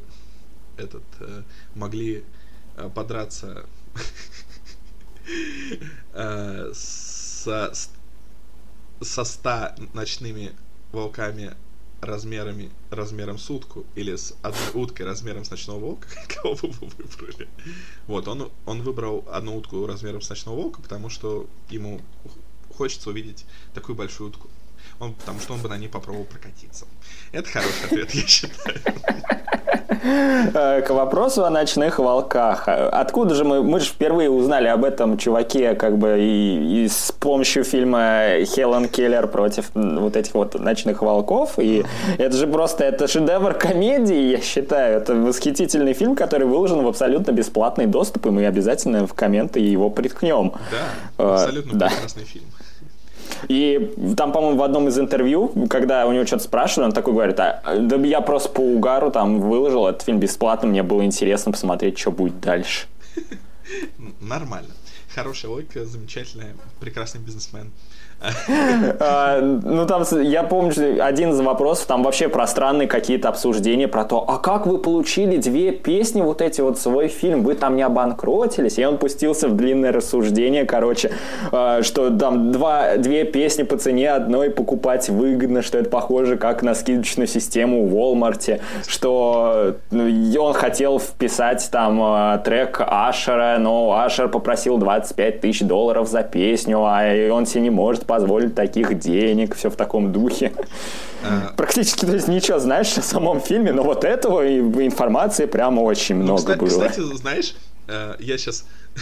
могли подраться со 100 ночными волками размером с утку или с одной уткой размером с ночного волка, кого бы вы выбрали? Вот, он выбрал одну утку размером с ночного волка, потому что ему хочется увидеть такую большую утку. Потому что он бы на ней попробовал прокатиться. Это хороший ответ, я считаю. К вопросу о ночных волках. Откуда же мы же впервые узнали об этом чуваке как бы и с помощью фильма Хелен Келлер против вот этих вот ночных волков. И это же просто, это шедевр комедии, я считаю. Это восхитительный фильм, который выложен в абсолютно бесплатный доступ, и мы обязательно в комменты его приткнем. Да, абсолютно прекрасный фильм. И там, по-моему, в одном из интервью, когда у него что-то спрашивали, он такой говорит: да я просто по угару там выложил этот фильм бесплатно, мне было интересно посмотреть, что будет дальше. Нормально. Хорошая логика, замечательная, прекрасный бизнесмен. Ну, там, я помню, один из вопросов, там вообще пространные какие-то обсуждения про то, а как вы получили 2 песни, вот эти вот, свой фильм, вы там не обанкротились? И он пустился в длинное рассуждение, короче, что там 2 песни по цене одной покупать выгодно, что это похоже как на скидочную систему в Walmart, что он хотел вписать там трек Ашера, но Ашер попросил $25 тысяч за песню, а он себе не может позволить таких денег, все в таком духе. Практически, то есть, ничего знаешь о самом фильме, но вот этого информации прямо очень много было. Кстати, знаешь, я сейчас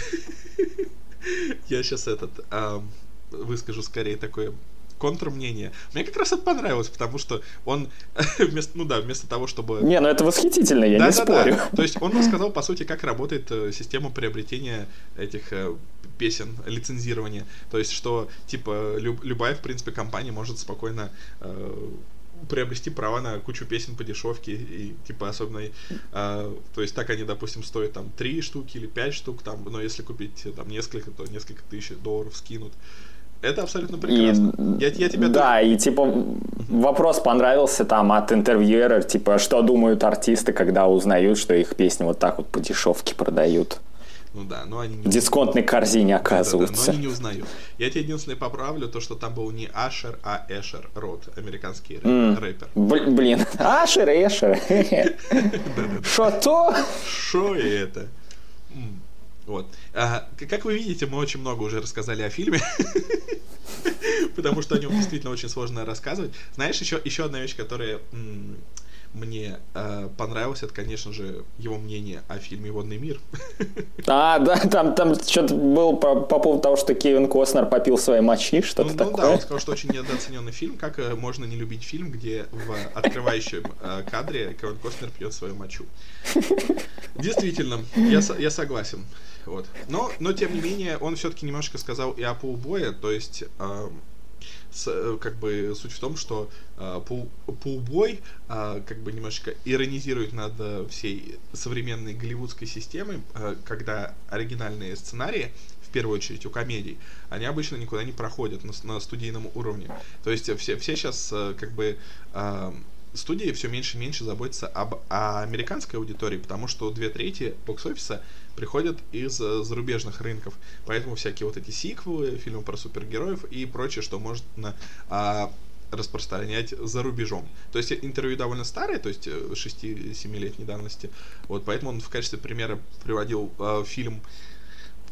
выскажу скорее такое контрмнение. Мне как раз это понравилось, потому что он вместо того, чтобы... Не, ну это восхитительно, я не спорю. То есть он рассказал, по сути, как работает система приобретения этих песен, лицензирования. То есть, что, типа, любая, в принципе, компания может спокойно приобрести права на кучу песен по дешевке, и, типа, особенно, то есть, так они, допустим, стоят, там, 3 штуки или 5 штук, там, но если купить, там, несколько, то несколько тысяч $1000 скинут. Это абсолютно прекрасно. Я тебя... Да, и типа вопрос понравился там от интервьюера, типа, что думают артисты, когда узнают, что их песни вот так вот по дешевке продают. Ну да, но они не... В дисконтной корзине оказываются. Да, но они не узнают. Я тебе единственное поправлю, то, что там был не Ашер, а Эшер Род, американский рэпер. Блин, Ашер, Эшер. Шо то? Шо и это? Вот. Как вы видите, мы очень много уже рассказали о фильме, потому что о нем действительно очень сложно рассказывать. Знаешь, еще одна вещь, которая мне понравилась, это, конечно же, его мнение о фильме «Водный мир». Да, там что-то было по поводу того, что Кевин Костнер попил своей мочи, что-то такое. Да, он сказал, что очень недооцененный фильм. Как можно не любить фильм, где в открывающем кадре Кевин Костнер пьет свою мочу? Действительно, я согласен. Вот. Но, тем не менее, он все-таки немножко сказал и о Пулбое, то есть... как бы суть в том, что Пулбой как бы немножечко иронизирует над всей современной голливудской системой, когда оригинальные сценарии, в первую очередь у комедий, они обычно никуда не проходят на студийном уровне. То есть все сейчас как бы студии все меньше и меньше заботятся об американской аудитории, потому что 2/3 бокс-офиса приходят из зарубежных рынков. Поэтому всякие вот эти сиквелы, фильмы про супергероев и прочее, что можно распространять за рубежом. То есть интервью довольно старое, то есть 6-7-летней давности. Вот, поэтому он в качестве примера приводил фильм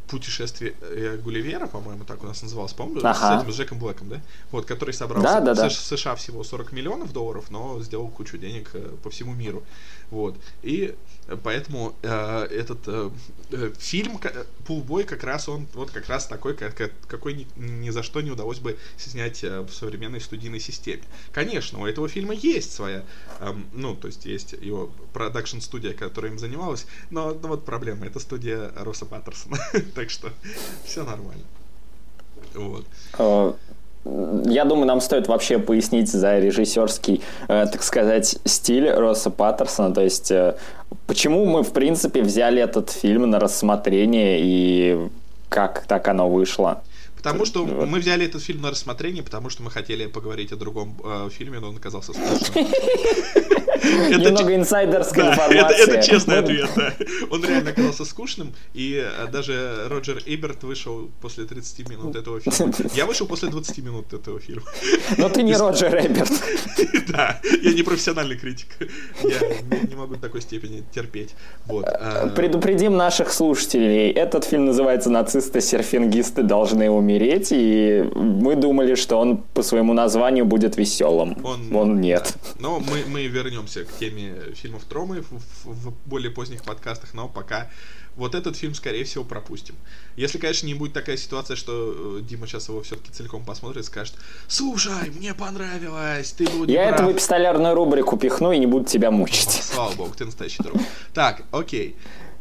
«Путешествие Гулливера», по-моему, так у нас называлось, по-моему, Ага. с этим, с Джеком Блэком, да? Вот, который собрал Да. в США всего $40 миллионов, но сделал кучу денег по всему миру. Вот. И поэтому этот фильм «Пулбой» как раз он вот как раз такой, какой ни за что не удалось бы снять в современной студийной системе. Конечно, у этого фильма есть своя, то есть есть его продакшн-студия, которая им занималась, но вот проблема, это студия Росса Паттерсона, так что все нормально. Вот. Я думаю, нам стоит вообще пояснить за режиссерский, так сказать, стиль Росса Паттерсона. То есть, почему мы, в принципе, взяли этот фильм на рассмотрение и как так оно вышло. Потому что мы взяли этот фильм на рассмотрение, потому что мы хотели поговорить о другом фильме, но он оказался скучным. Немного инсайдерской информации. Это честный ответ, да. Он реально оказался скучным, и даже Роджер Эберт вышел после 30 минут этого фильма. Я вышел после 20 минут этого фильма. Но ты не Роджер Эберт. Да, я не профессиональный критик. Я не могу до такой степени терпеть. Предупредим наших слушателей. Этот фильм называется «Нацисты-серфингисты должны умереть», и мы думали, что он по своему названию будет веселым. Он нет. Да. Но мы вернемся к теме фильмов Тромы в более поздних подкастах, но пока вот этот фильм, скорее всего, пропустим. Если, конечно, не будет такая ситуация, что Дима сейчас его все-таки целиком посмотрит и скажет: «Слушай, мне понравилось, ты был неправ». Я это в эпистолярную рубрику пихну и не буду тебя мучить. Слава богу, ты настоящий друг. Так, окей.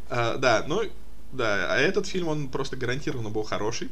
А этот фильм, он просто гарантированно был хороший.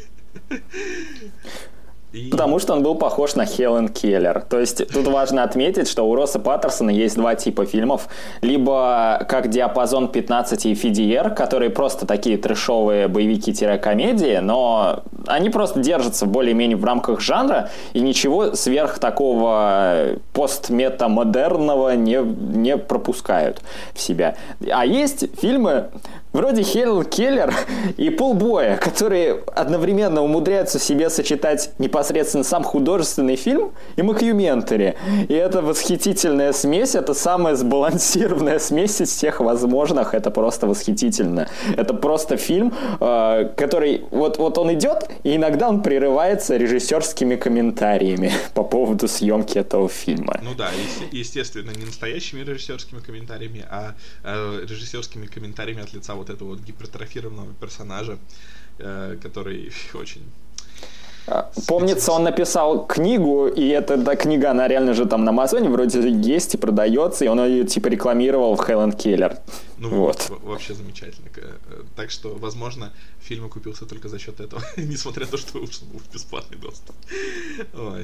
Потому что он был похож на Хелен Келлер. То есть тут важно отметить, что у Росса Паттерсона есть два типа фильмов. Либо как «Диапазон 15» и «Фидиер», которые просто такие трэшовые боевики-комедии, но они просто держатся более-менее в рамках жанра и ничего сверх такого постметамодерного не пропускают в себя. А есть фильмы вроде Хелен Келлер и «Пулбоя», которые одновременно умудряются в себе сочетать непосредственно сам художественный фильм и мокюментари. И это восхитительная смесь, это самая сбалансированная смесь из всех возможных. Это просто восхитительно. Это просто фильм, который вот он идет, и иногда он прерывается режиссерскими комментариями по поводу съемки этого фильма. Ну да, естественно, не настоящими режиссерскими комментариями, а режиссерскими комментариями от лица вот этого вот гипертрофированного персонажа, который очень... Помнится, он написал книгу, и эта книга, она реально же там на Амазоне вроде есть и продается, и он ее типа рекламировал в Хелен Келлер. Ну вот. Вообще замечательно. Так что, возможно, фильм окупился только за счет этого, несмотря на то, что был бесплатный доступ. Ой.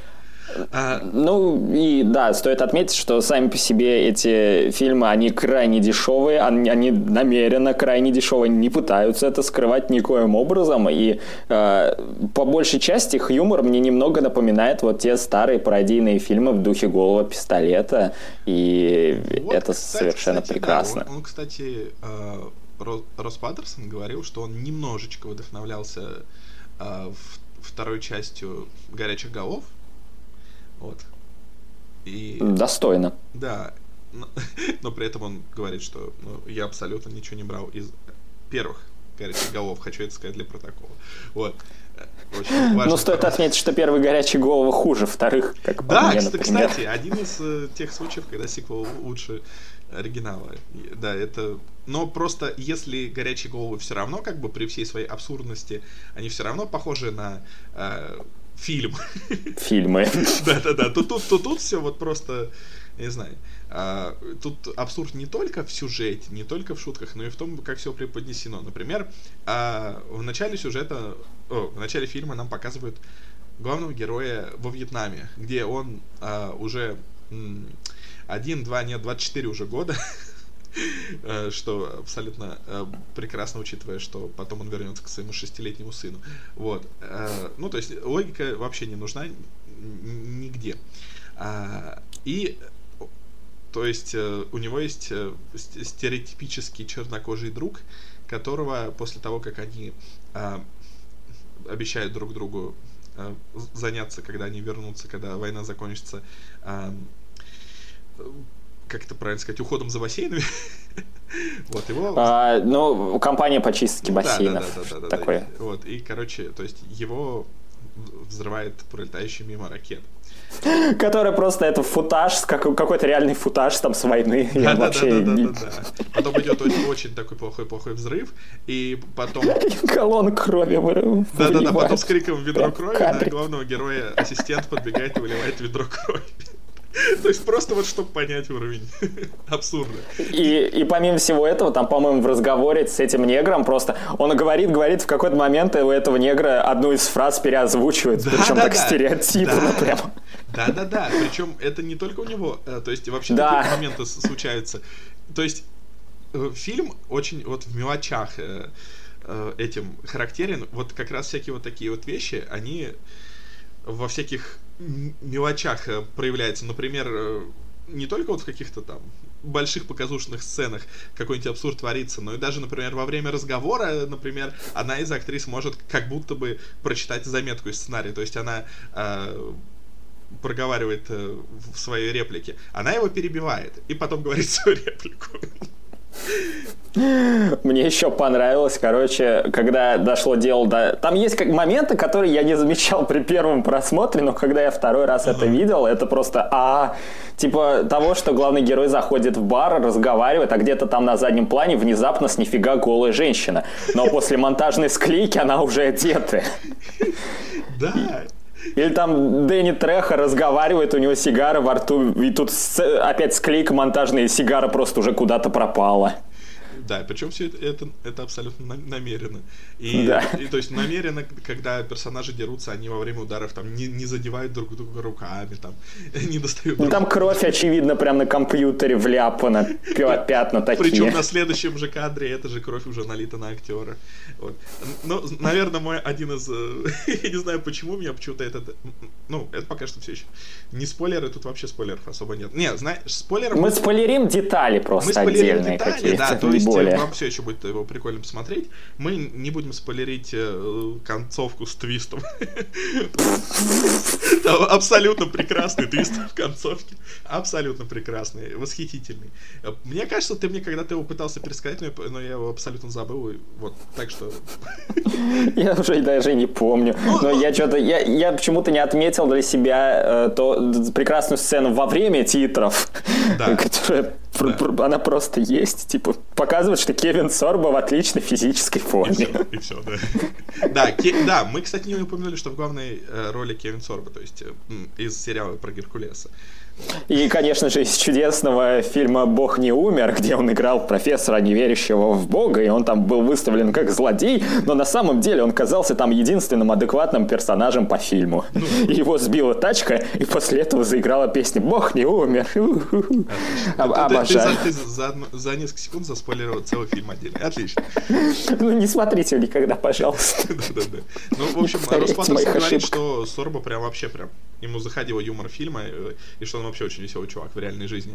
Ну и да, стоит отметить, что сами по себе эти фильмы, они крайне дешевые, они намеренно крайне дешевые, не пытаются это скрывать никоим образом, и по большей части их юмор мне немного напоминает вот те старые пародийные фильмы в духе «Голого пистолета», и вот, это совершенно прекрасно. Да, он, кстати, Росс Паттерсон говорил, что он немножечко вдохновлялся второй частью «Горячих голов». Вот. И... Достойно. Да. Но при этом он говорит, что я абсолютно ничего не брал из первых «Горячих голов». Хочу это сказать для протокола. Вот. Очень важно. Ну, стоит отметить, что первые «Горячие головы» хуже вторых, как по мне, например. Кстати, один из тех случаев, когда сиквел лучше оригинала. Да, это... Но просто если «Горячие головы» все равно, как бы при всей своей абсурдности, они все равно похожи на... Фильмы. Да. Тут все вот просто, не знаю. Тут абсурд не только в сюжете, не только в шутках, но и в том, как все преподнесено. Например, в начале сюжета, в начале фильма нам показывают главного героя во Вьетнаме, где он уже 24 уже года. Что абсолютно прекрасно, учитывая, что потом он вернется к своему 6-летнему сыну. Вот. Ну, то есть логика вообще не нужна нигде. И то есть у него есть стереотипический чернокожий друг, которого после того, как они обещают друг другу заняться, когда они вернутся, когда война закончится, как это правильно сказать, уходом за бассейнами. Вот его... Ну, компания по чистке бассейнов. Да. Такое. Вот, и, короче, то есть его взрывает пролетающий мимо ракет. Который просто это футаж, какой-то реальный футаж там с войны. Да. Потом идет очень такой плохой взрыв, и потом... Колонн крови выливает. Да, потом с криком «Ведро крови» на главного героя ассистент подбегает и выливает ведро крови. То есть просто вот, чтобы понять уровень абсурда. И помимо всего этого, там, по-моему, в разговоре с этим негром просто он говорит, в какой-то момент у этого негра одну из фраз переозвучивает, причем так стереотипно прямо. Да. Причем это не только у него, то есть вообще такие моменты случаются. То есть фильм очень вот в мелочах этим характерен. Вот как раз всякие вот такие вот вещи, они во всяких мелочах проявляются. Например, не только вот в каких-то там больших показушных сценах какой-нибудь абсурд творится, но и даже, например, во время разговора, например, одна из актрис может как будто бы прочитать заметку из сценария, то есть она проговаривает в своей реплике, она его перебивает и потом говорит свою реплику. Мне еще понравилось, когда дошло дело до... Там есть моменты, которые я не замечал при первом просмотре, но когда я второй раз это видел, это просто типа того, что главный герой заходит в бар, разговаривает, а где-то там на заднем плане внезапно с нифига голая женщина. Но после монтажной склейки она уже одета. Да. Или там Дэнни Трехо разговаривает, у него сигара во рту, и тут опять склейка монтажная, и сигара просто уже куда-то пропала. Да, причем все это абсолютно намеренно. То есть намеренно, когда персонажи дерутся, они во время ударов там не задевают друг друга руками, там, не достают друг друга. Там кровь, очевидно, прям на компьютере вляпана, пятна такие. Причем на следующем же кадре эта же кровь уже налита на актера. Вот. Ну, наверное, мой один из... Я не знаю, почему меня почему-то это пока что все еще. Не спойлеры, тут вообще спойлеров особо нет. Не, знаешь, спойлеров... Мы спойлерим детали просто отдельные какие-то. Да, то есть вам все еще будет его прикольно посмотреть. Мы не будем спойлерить концовку с твистом. Абсолютно прекрасный твист в концовке. Абсолютно прекрасный, восхитительный. Мне кажется, ты мне когда-то его пытался пересказать, но я его абсолютно забыл. Вот, так что... Я уже даже не помню. Но я почему-то не отметил для себя прекрасную сцену во время титров, которая... Она просто есть, типа, показывает, что Кевин Сорбо в отличной физической форме. И все, да. Да, мы, кстати, не упомянули, что в главной роли Кевин Сорбо, то есть из сериала про Геркулеса. И, конечно же, из чудесного фильма «Бог не умер», где он играл профессора, не верящего в Бога, и он там был выставлен как злодей, но на самом деле он казался там единственным адекватным персонажем по фильму. И его сбила тачка, и после этого заиграла песня «Бог не умер». Обожаю. Ты за несколько секунд заспойлерил целый фильм отдельно. Отлично. Ну, не смотрите его никогда, пожалуйста. Да. Ну, в общем, Роспаттерсон говорит, что Сорбо прям вообще ему заходил юмор фильма, и что он вообще очень веселый чувак в реальной жизни.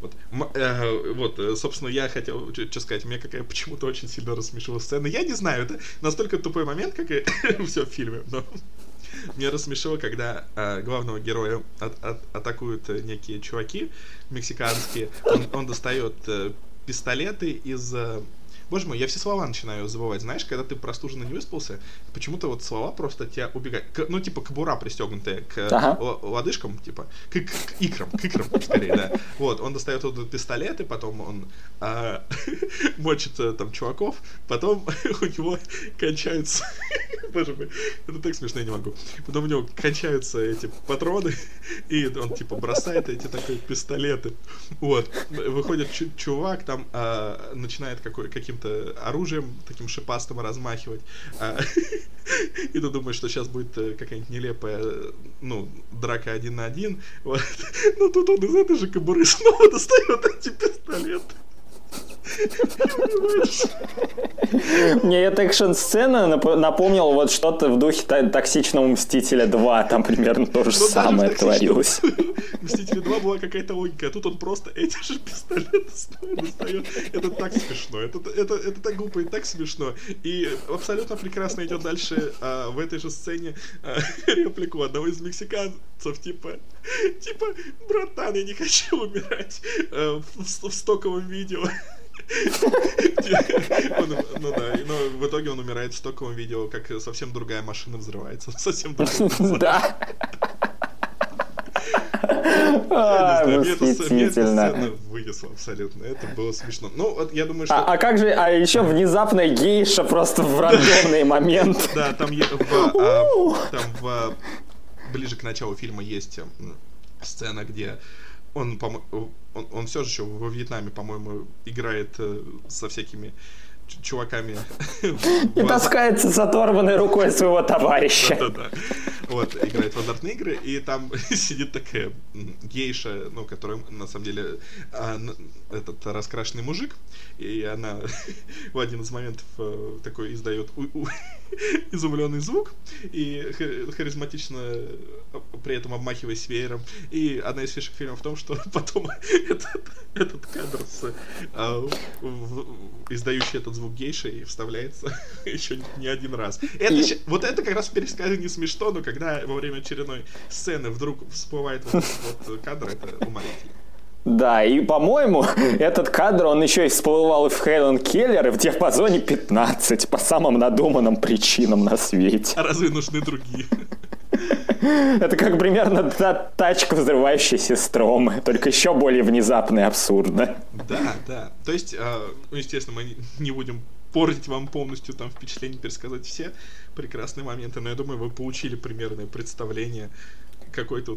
Вот, собственно, я хотел что сказать. Меня почему-то очень сильно рассмешила сцена. Я не знаю, это настолько тупой момент, как и все в фильме, но меня рассмешило, когда главного героя атакуют некие чуваки мексиканские. Он достает пистолеты из... Боже мой, я все слова начинаю забывать. Знаешь, когда ты простуженно не выспался, почему-то вот слова просто тебя убегают. Ну, типа, кобура пристегнутая к лодыжкам, типа, к икрам, скорее, да. Вот, он достает вот пистолет, и потом он мочит там чуваков, потом у него кончаются... Боже мой, это так смешно, я не могу. Потом у него кончаются эти патроны, и он, типа, бросает эти такие пистолеты. Вот, выходит чувак, там начинает каким-то оружием таким шипастым размахивать. И ты думаешь, что сейчас будет какая-нибудь нелепая, драка 1 на 1. Вот. Но тут он из этой же кобуры снова достает эти пистолеты. Мне эта экшн-сцена напомнила вот что-то в духе «Токсичного Мстителя 2». Там примерно то же самое творилось. «Мстители 2» была какая-то логика, а тут он просто эти же пистолеты достает. Это так смешно. Это так глупо и так смешно. И абсолютно прекрасно идет дальше в этой же сцене реплику одного из мексиканцев, типа, братан, я не хочу умирать в стоковом видео. Ну да, но в итоге он умирает в стоковом видео, как совсем другая машина взрывается. Совсем другая. Да. Мне эта сцена вынесла абсолютно. Это было смешно. Ну, вот я думаю, что... А как же... А еще внезапная гейша просто в рандомный момент. Да, там ближе к началу фильма есть сцена, где он все же еще во Вьетнаме, по-моему, играет со всякими чуваками. И таскается с оторванной рукой своего товарища. Да. Вот, играет в азартные игры, и там сидит такая гейша, ну, которая, на самом деле, этот раскрашенный мужик, и она в один из моментов такой издает изумленный звук, и харизматично при этом обмахиваясь веером. И одна из фишек фильма в том, что потом этот кадр издающий этот звук гейши вставляется еще не один раз. Вот это как раз в пересказе не смешно, но когда во время очередной сцены вдруг всплывает вот кадр, это уморительно. Да, и, по-моему, этот кадр, он еще и всплывал и в Хелен Келлер, и в диапазоне 15, по самым надуманным причинам на свете. А разве нужны другие? Это как примерно тачка, взрывающаяся Стромы, только еще более внезапно и абсурдно. Да. То есть, естественно, мы не будем портить вам полностью там впечатление, пересказать все прекрасные моменты, но я думаю, вы получили примерное представление, какой тут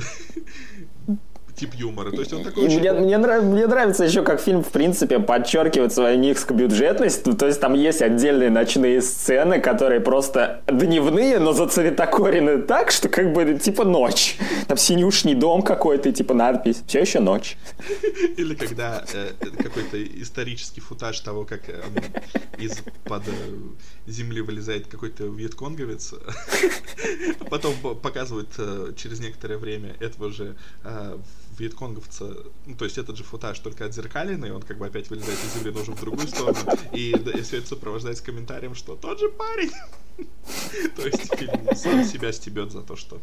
тип юмора. То есть он такой очень... Мне нравится еще, как фильм, в принципе, подчеркивает свою низкобюджетность. То есть там есть отдельные ночные сцены, которые просто дневные, но зацветокорены так, что как бы типа ночь. Там синюшний дом какой-то, типа надпись «Все еще ночь». Или когда какой-то исторический футаж того, как из-под земли вылезает какой-то вьетконговец, потом показывают через некоторое время этого же вьетконговца, ну, то есть этот же футаж, только отзеркаленный, он как бы опять вылезает из земли, но уже в другую сторону, и все это сопровождается комментарием, что тот же парень. То есть фильм сам себя стебет за то, что...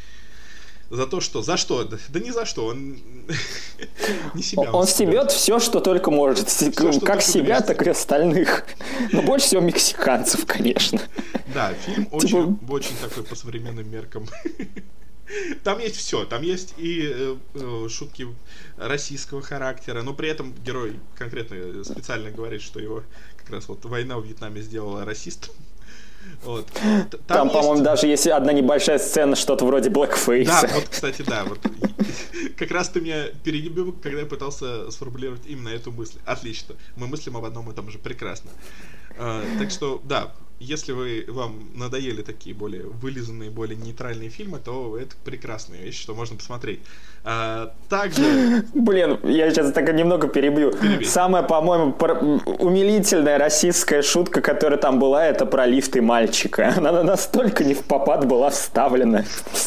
За что? Да ни за что, он не себя. Он стебет все, что только может. Как себя, так и остальных. Но больше всего мексиканцев, конечно. Да, фильм очень такой по современным меркам. Там есть все, там есть и шутки российского характера, но при этом герой конкретно специально говорит, что его как раз вот война в Вьетнаме сделала расистом. Вот. Там по-моему, даже есть одна небольшая сцена, что-то вроде блэкфейса. Да, вот, кстати, да. Вот. Как раз ты меня перебил, когда я пытался сформулировать именно эту мысль. Отлично. Мы мыслим об одном и том же. Прекрасно. Так что, да, если вам надоели такие более вылизанные, более нейтральные фильмы, то это прекрасная вещь, что можно посмотреть. Также... Блин, я сейчас так немного перебью. Самая, по-моему, умилительная российская шутка, которая там была, это про лифты мальчика. Она настолько не впопад была вставлена.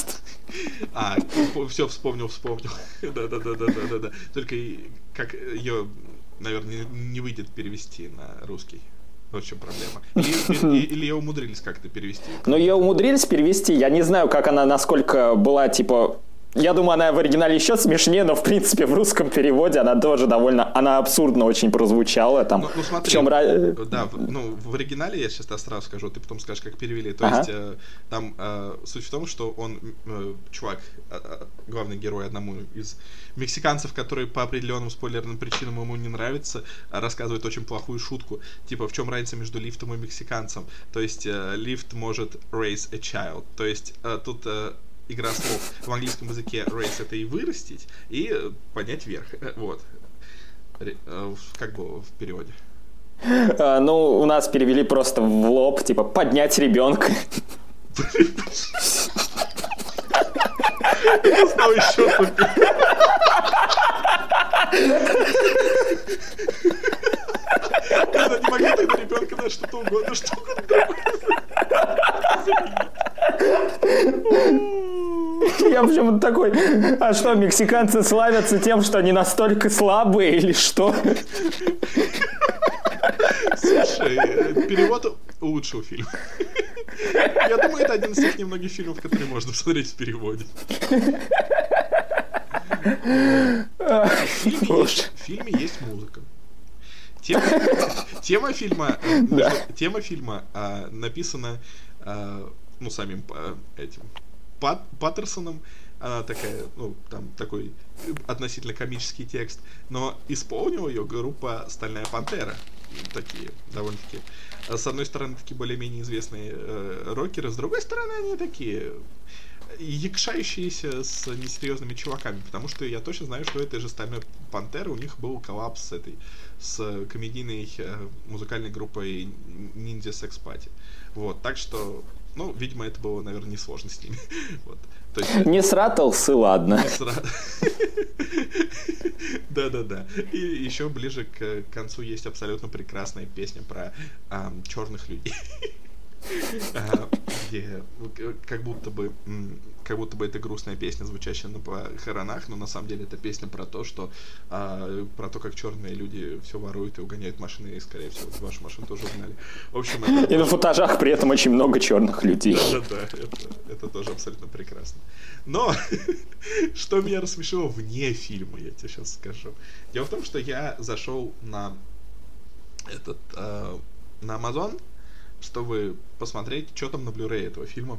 Все, вспомнил. Да. Только как ее, наверное, не выйдет перевести на русский. Вот в чем проблема. Или ее умудрились как-то перевести? Ну, ее умудрились перевести. Я не знаю, как она, насколько была, типа... Я думаю, она в оригинале еще смешнее, но, в принципе, в русском переводе она тоже довольно... Она абсурдно очень прозвучала. Там, ну смотри, в чем... Да, в оригинале, я сейчас сразу скажу, ты потом скажешь, как перевели. То есть, там суть в том, что он, чувак, главный герой одному из мексиканцев, который по определенным спойлерным причинам ему не нравится, рассказывает очень плохую шутку. Типа, в чем разница между лифтом и мексиканцем? То есть, лифт может raise a child. То есть, тут... игра слов в английском языке raise — это и вырастить, и поднять вверх. Вот. Как было в переводе? Ну, у нас перевели просто в лоб, типа, поднять ребенка. Это стало еще тупее. Когда не могли тогда ребенка на что-то угодно, что угодно. Я почему-то такой, а что, мексиканцы славятся тем, что они настолько слабые или что? Слушай, перевод улучшил фильм. Я думаю, это один из тех немногих фильмов, которые можно посмотреть в переводе. В фильме есть музыка. Тема фильма написана самим этим Паттерсоном. Она такая, там такой относительно комический текст, но исполнила ее группа «Стальная пантера». Такие, довольно-таки, с одной стороны, такие более-менее известные рокеры, с другой стороны, они такие якшающиеся с несерьезными чуваками, потому что я точно знаю, что этой же «Стальной пантеры» у них был коллапс с комедийной музыкальной группой Ninja Sex Party. Вот, так что, видимо, это было, наверное, несложно с ними. Вот. То есть, не сратался, ладно. Да. И еще ближе к концу есть абсолютно прекрасная песня про черных людей. Где как будто бы это грустная песня, звучащая на похоронах, но на самом деле это песня про то, как черные люди все воруют и угоняют машины, и, скорее всего, вашу машину тоже угнали. В общем, и на футажах при этом очень много черных людей. Да, это тоже абсолютно прекрасно. Но что меня рассмешило вне фильма, я тебе сейчас скажу. Дело в том, что я зашел на Amazon, чтобы посмотреть, что там на Blu-ray этого фильма.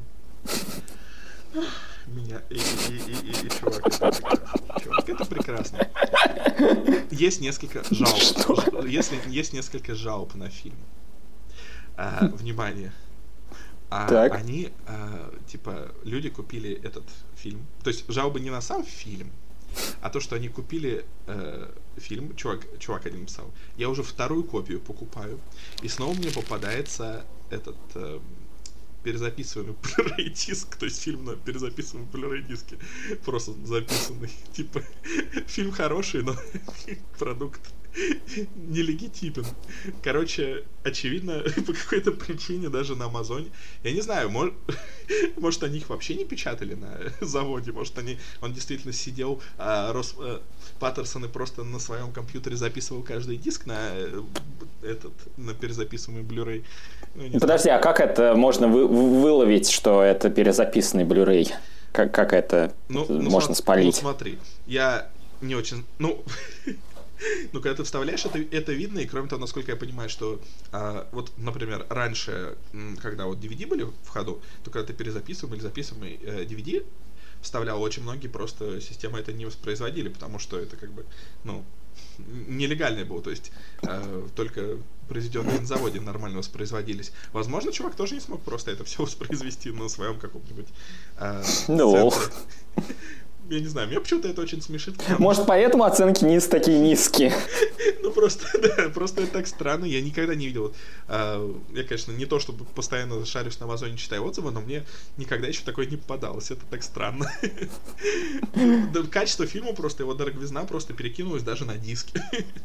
Чувак, это прекрасно. Есть несколько жалоб. Есть несколько жалоб на фильм. Внимание. Они, люди купили этот фильм. То есть жалобы не на сам фильм, а то, что они купили фильм, чувак один писал, я уже вторую копию покупаю, и снова мне попадается этот перезаписываемый Blu-ray диск, то есть фильм на перезаписываемом Blu-ray диске, просто записанный. Типа, фильм хороший, но продукт нелегитимен. Короче, очевидно, по какой-то причине даже на Амазоне, я не знаю, может они их вообще не печатали на заводе, может он действительно сидел, Паттерсон и просто на своем компьютере записывал каждый диск на перезаписываемый Blu-ray. Подожди, а как это можно выловить, что это перезаписанный Blu-ray? Как это можно спалить? Смотри, я не очень... когда ты вставляешь, это видно, и кроме того, насколько я понимаю, что вот, например, раньше, когда вот DVD были в ходу, то когда ты перезаписываем или записываемый DVD вставлял, очень многие просто системы это не воспроизводили, потому что это как бы, нелегальное было, то есть только произведенные на заводе нормально воспроизводились. Возможно, чувак тоже не смог просто это все воспроизвести на своем каком-нибудь центре. Я не знаю, меня почему-то это очень смешит. Может, поэтому оценки такие низкие? Просто это так странно. Я никогда не видел. Я, конечно, не то, чтобы постоянно шарюсь на Амазоне, читаю отзывы, но мне никогда еще такое не попадалось. Это так странно. Качество фильма просто, его дороговизна просто перекинулась даже на диски.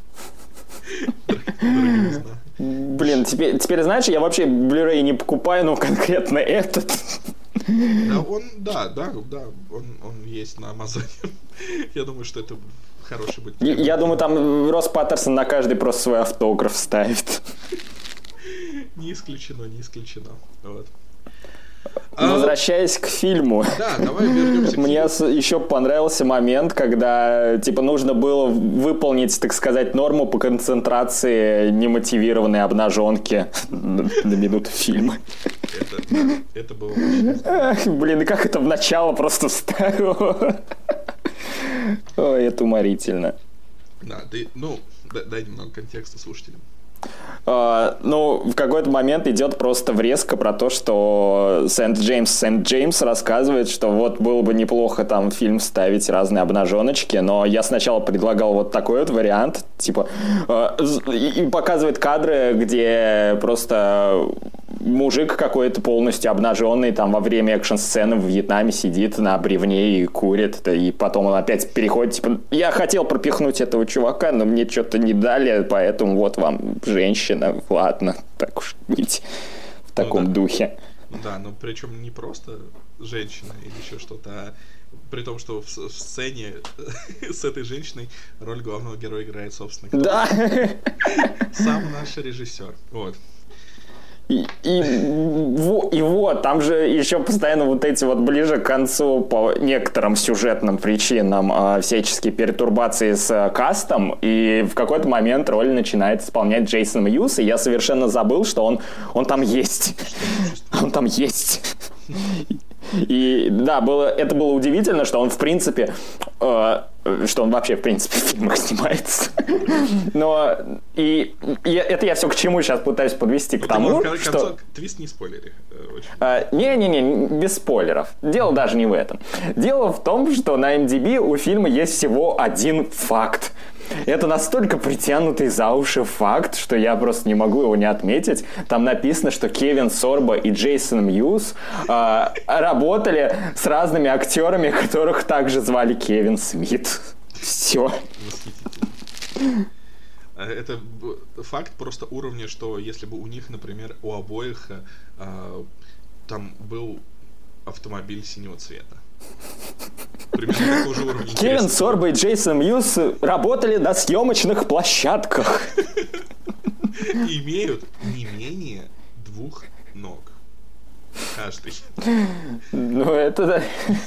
Блин, теперь знаешь, я вообще Blu-ray не покупаю, но конкретно этот... Он есть на Амазоне. Я думаю, что это хороший будет. Я думаю, там Росс Паттерсон на каждый просто свой автограф ставит. Не исключено. Вот. Возвращаясь к фильму. Да, давай вернемся к фильму. Мне еще понравился момент, когда нужно было выполнить, так сказать, норму по концентрации немотивированной обнаженки на минуту фильма. Это было очень... Блин, и как это в начало просто вставило. Ой, это уморительно. Да, дай немного контекста слушателям. В какой-то момент идет просто врезка про то, что Сент Джеймс рассказывает, что вот было бы неплохо там в фильм вставить разные обнаженочки, но я сначала предлагал вот такой вот вариант, типа, и показывает кадры, где просто мужик какой-то полностью обнаженный там во время экшн-сцены в Вьетнаме сидит на бревне и курит, и потом он опять переходит, типа, я хотел пропихнуть этого чувака, но мне что-то не дали, поэтому вот вам женщина, ладно, так уж быть, в таком духе. Да, но причем не просто женщина или еще что-то, а при том, что в сцене с этой женщиной роль главного героя играет, собственно, да. Сам наш режиссер. Вот. И вот, там же еще постоянно вот эти вот ближе к концу по некоторым сюжетным причинам всяческие пертурбации с кастом, и в какой-то момент роль начинает исполнять Джейсон Мьюз, и я совершенно забыл, что он там есть. Он там есть. И да, это было удивительно, что он в принципе, что он вообще в принципе в фильмах снимается. Но и это я все к чему сейчас пытаюсь подвести, к тому, что... Твист не спойлери. Не, без спойлеров. Дело даже не в этом. Дело в том, что на IMDb у фильма есть всего один факт. Это настолько притянутый за уши факт, что я просто не могу его не отметить. Там написано, что Кевин Сорбо и Джейсон Мьюз работали с разными актерами, которых также звали Кевин Смит. Все. Это факт просто уровня, что если бы у них, например, у обоих там был автомобиль синего цвета. Примерно такого же уровня. Кевин Сорбо и Джейсон Мьюз работали на съемочных площадках. Имеют не менее 2 ног. Каждый. Ну, это да.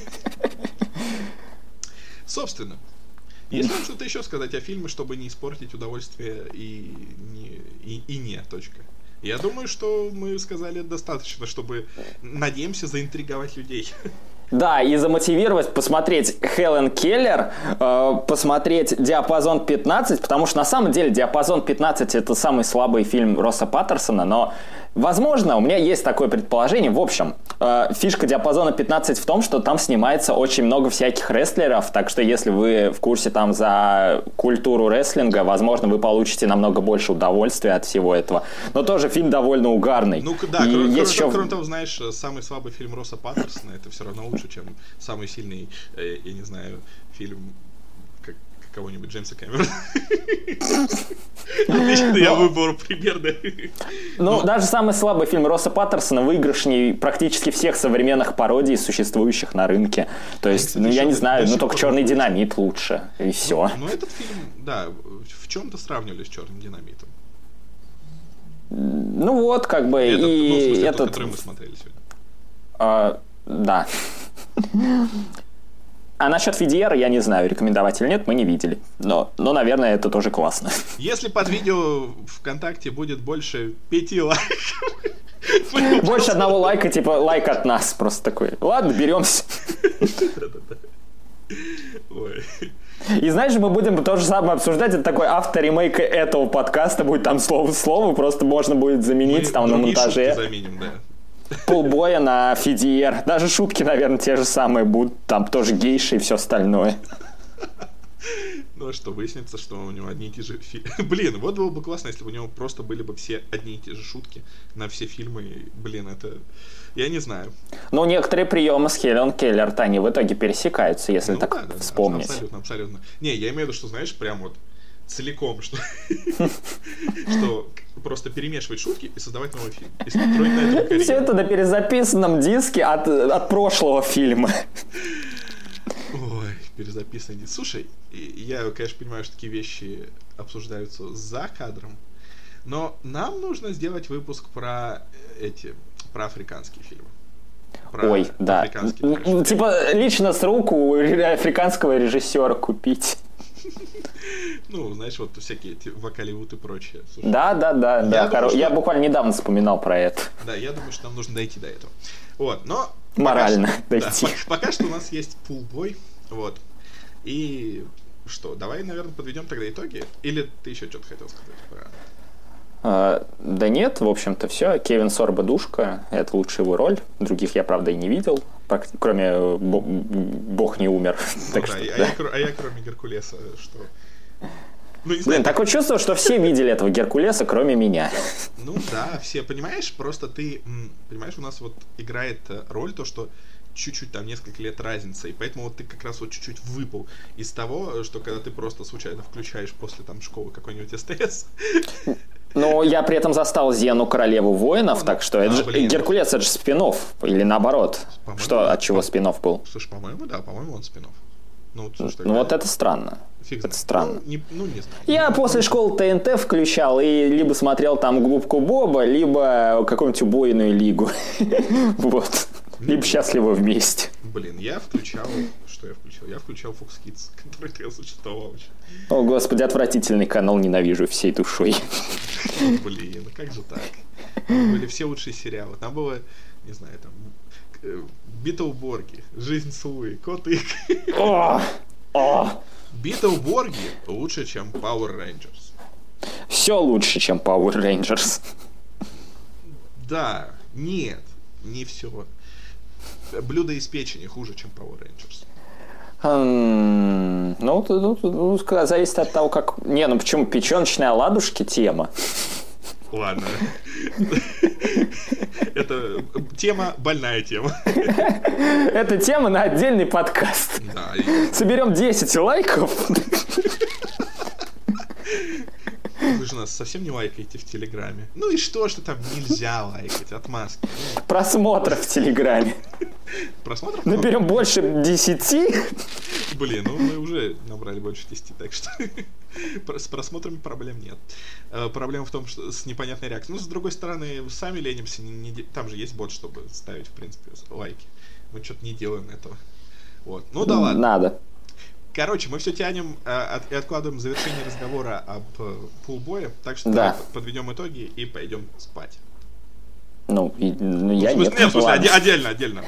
Собственно, если вам что-то еще сказать о фильме, чтобы не испортить удовольствие и не, точка. Я думаю, что мы сказали достаточно, чтобы, надеемся, заинтриговать людей. Да, и замотивировать посмотреть Хелен Келлер, посмотреть «Диапазон 15», потому что на самом деле «Диапазон 15» — это самый слабый фильм Росса Паттерсона, но, возможно, у меня есть такое предположение. В общем, фишка «Диапазона 15» в том, что там снимается очень много всяких рестлеров, так что если вы в курсе там за культуру рестлинга, возможно, вы получите намного больше удовольствия от всего этого. Но тоже фильм довольно угарный. Ну да, кроме того, знаешь, самый слабый фильм Росса Паттерсона — это все равно лучше, чем самый сильный, я не знаю, фильм кого-нибудь Джеймса Кэмерона. Отлично, я выбрал примерно. Ну, даже самый слабый фильм Росса Паттерсона выигрышней практически всех современных пародий, существующих на рынке. То есть, ну, я не знаю, ну, только «Черный динамит» лучше, и все. Ну, этот фильм, да, в чем-то сравнивали с «Черным динамитом». Ну, вот, как бы, и этот... который мы смотрели сегодня. Да. А насчет VDR я не знаю, рекомендовать или нет, мы не видели. Но, наверное, это тоже классно. Если под видео ВКонтакте будет больше 5 лайков... Больше 1 лайка, типа лайк от нас. Просто такой, ладно, беремся. Ой. И знаешь, мы будем то же самое обсуждать. Это такой авторемейк этого подкаста будет там слово в слово. Просто можно будет заменить мы там на монтаже. Заменим, да. Полбоя на FDR. Даже шутки, наверное, те же самые будут. Там тоже гейши и все остальное. Ну а что, выяснится, что у него одни и те же фильмы. Блин, вот было бы классно, если бы у него просто были бы все одни и те же шутки на все фильмы. Блин, это... Я не знаю. Ну, некоторые приемы с Хелен Келлер-то они в итоге пересекаются, если так да, вспомнить. Абсолютно. Не, я имею в виду, что, знаешь, прям вот целиком, что просто перемешивать шутки и создавать новый фильм. И строить на этом карьеру. Все это на перезаписанном диске от прошлого фильма. Ой, перезаписанный диск. Слушай, я, конечно, понимаю, что такие вещи обсуждаются за кадром, но нам нужно сделать выпуск про африканские фильмы. Ой, да. Типа лично с рук у африканского режиссера купить. Ну, знаешь, вот всякие эти Вакаливуд и прочее. Слушай, да. Я буквально недавно вспоминал про это. Да, я думаю, что нам нужно дойти до этого. Вот, но... Морально дойти. Да, пока что у нас есть пулбой, вот. И что, давай, наверное, подведем тогда итоги? Или ты еще что-то хотел сказать про... Да нет, в общем-то все. Кевин Сорбо душка, это лучшая его роль. Других я, правда, и не видел, кроме «Бог не умер». Ну, так да, что, а я кроме Геркулеса, что... Ну, не знаю, Блин, такое чувство, что все видели этого Геркулеса, кроме меня. Ну да, все, понимаешь, просто ты, понимаешь, у нас вот играет роль то, что чуть-чуть там несколько лет разница, и поэтому вот ты как раз вот чуть-чуть выпал из того, что когда ты просто случайно включаешь после там школы какой-нибудь СТС. Но я при этом застал Зену, королеву воинов, так что это же, Геркулес, это же спин-офф, или наоборот. Что, от чего спин-офф был? Слушай, по-моему, он спин-офф. Ну, слушай, ну вот это странно. Фиг это знает. странно. Не знаю. Я после школы ТНТ включал и либо смотрел там Губку Боба, либо какую-нибудь убойную лигу. Вот. Либо «Счастливы вместе». Блин, я включал... Что я включал? Я включал Fox Kids, который тогда существовал еще. О, господи, отвратительный канал, ненавижу всей душой. Блин, как же так? Там были все лучшие сериалы. Там было, не знаю, там... Битлборги, Жизнь Сулы, Кот Ик. Битлборги лучше, чем Power Rangers. Все лучше, чем Power Rangers. Да, нет, не все. Блюдо из печени хуже, чем Power Rangers. Ну, зависит от того, как... Не, ну почему печеночные оладушки тема? Ладно. Это тема, больная тема. Это тема на отдельный подкаст. Да, соберем 10 лайков. Вы же нас совсем не лайкаете в Телеграме. Ну и что там нельзя лайкать? Отмазки. Просмотров в Телеграме. Просмотров? Наберем больше 10. Блин, ну мы уже набрали больше 10, так что с просмотрами проблем нет. Проблема в том, что с непонятной реакцией. Ну, с другой стороны, сами ленимся. Там же есть бот, чтобы ставить, в принципе, лайки. Мы что-то не делаем этого. Вот. Ну да ладно. Надо. Короче, мы все тянем и откладываем завершение разговора об пулбое, так что да. подведем итоги и пойдем спать. Ну, я нет. Нет, в смысле, отдельно.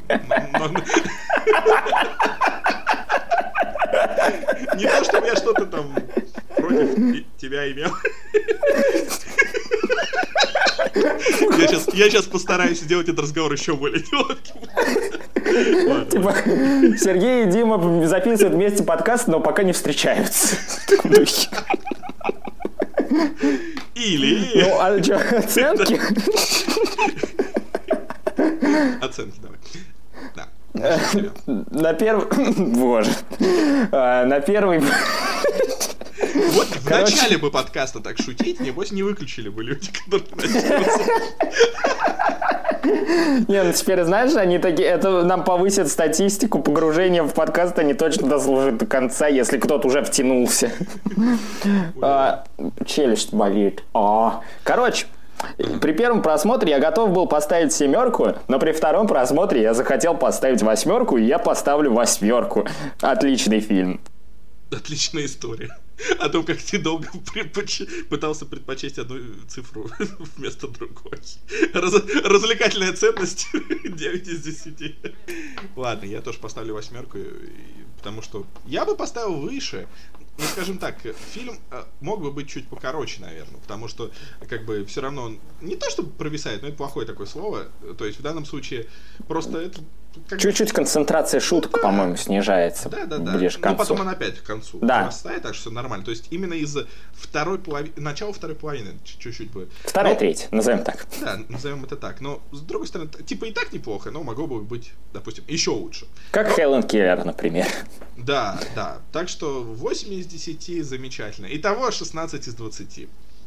Не то, чтобы я что-то там против тебя имел. Я сейчас постараюсь сделать этот разговор еще более неловким. Типа, Сергей и Дима записывают вместе подкаст, но пока не встречаются. Или... Ну, а что, оценки? Оценки давай. Да. На первый... Боже. На первый... Вот в начале бы подкаста так шутить, небось не выключили бы люди, которые начнутся. Не, ну теперь, знаешь, они такие, это нам повысит статистику погружения в подкаст, они точно дослужат до конца, если кто-то уже втянулся. Челюсть болит. Короче, при первом просмотре я готов был поставить 7, но при втором просмотре я захотел поставить 8, и я поставлю 8. Отличный фильм. Отличная история. О том, как ты долго пытался предпочесть одну цифру вместо другой. Развлекательная ценность 9 из 10. Ладно, я тоже поставлю 8, потому что я бы поставил выше. Ну, скажем так, фильм мог бы быть чуть покороче, наверное, потому что, как бы, все равно он не то, чтобы провисает, но это плохое такое слово. То есть, в данном случае, просто это... Чуть-чуть концентрация шуток, по-моему, снижается. Да. Ближе к концу. Но потом он опять к концу вырастает, так что все нормально. То есть, именно из второй половины, начала второй половины чуть-чуть бы... Вторая, третья, назовем так. Да, назовем это так. Но, с другой стороны, типа и так неплохо, но могло бы быть, допустим, еще лучше. Как Хелен Келлер, например. Да. Так что 8 из 10 замечательно. Итого 16 из 20.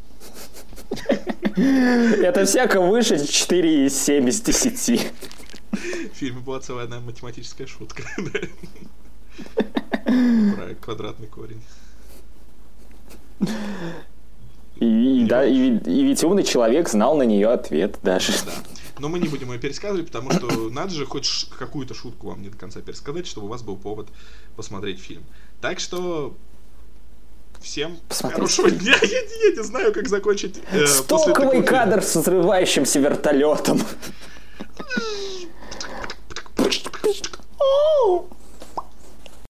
Это всяко выше 4 из 7 из 10. В фильме была целая одна математическая шутка. Про квадратный корень. И ведь умный человек знал на нее ответ даже. Да. Но мы не будем ее пересказывать, потому что надо же хоть какую-то шутку вам не до конца пересказать, чтобы у вас был повод посмотреть фильм. Так что всем хорошего дня. Я не знаю, как закончить. Стоковый кадр с взрывающимся вертолетом.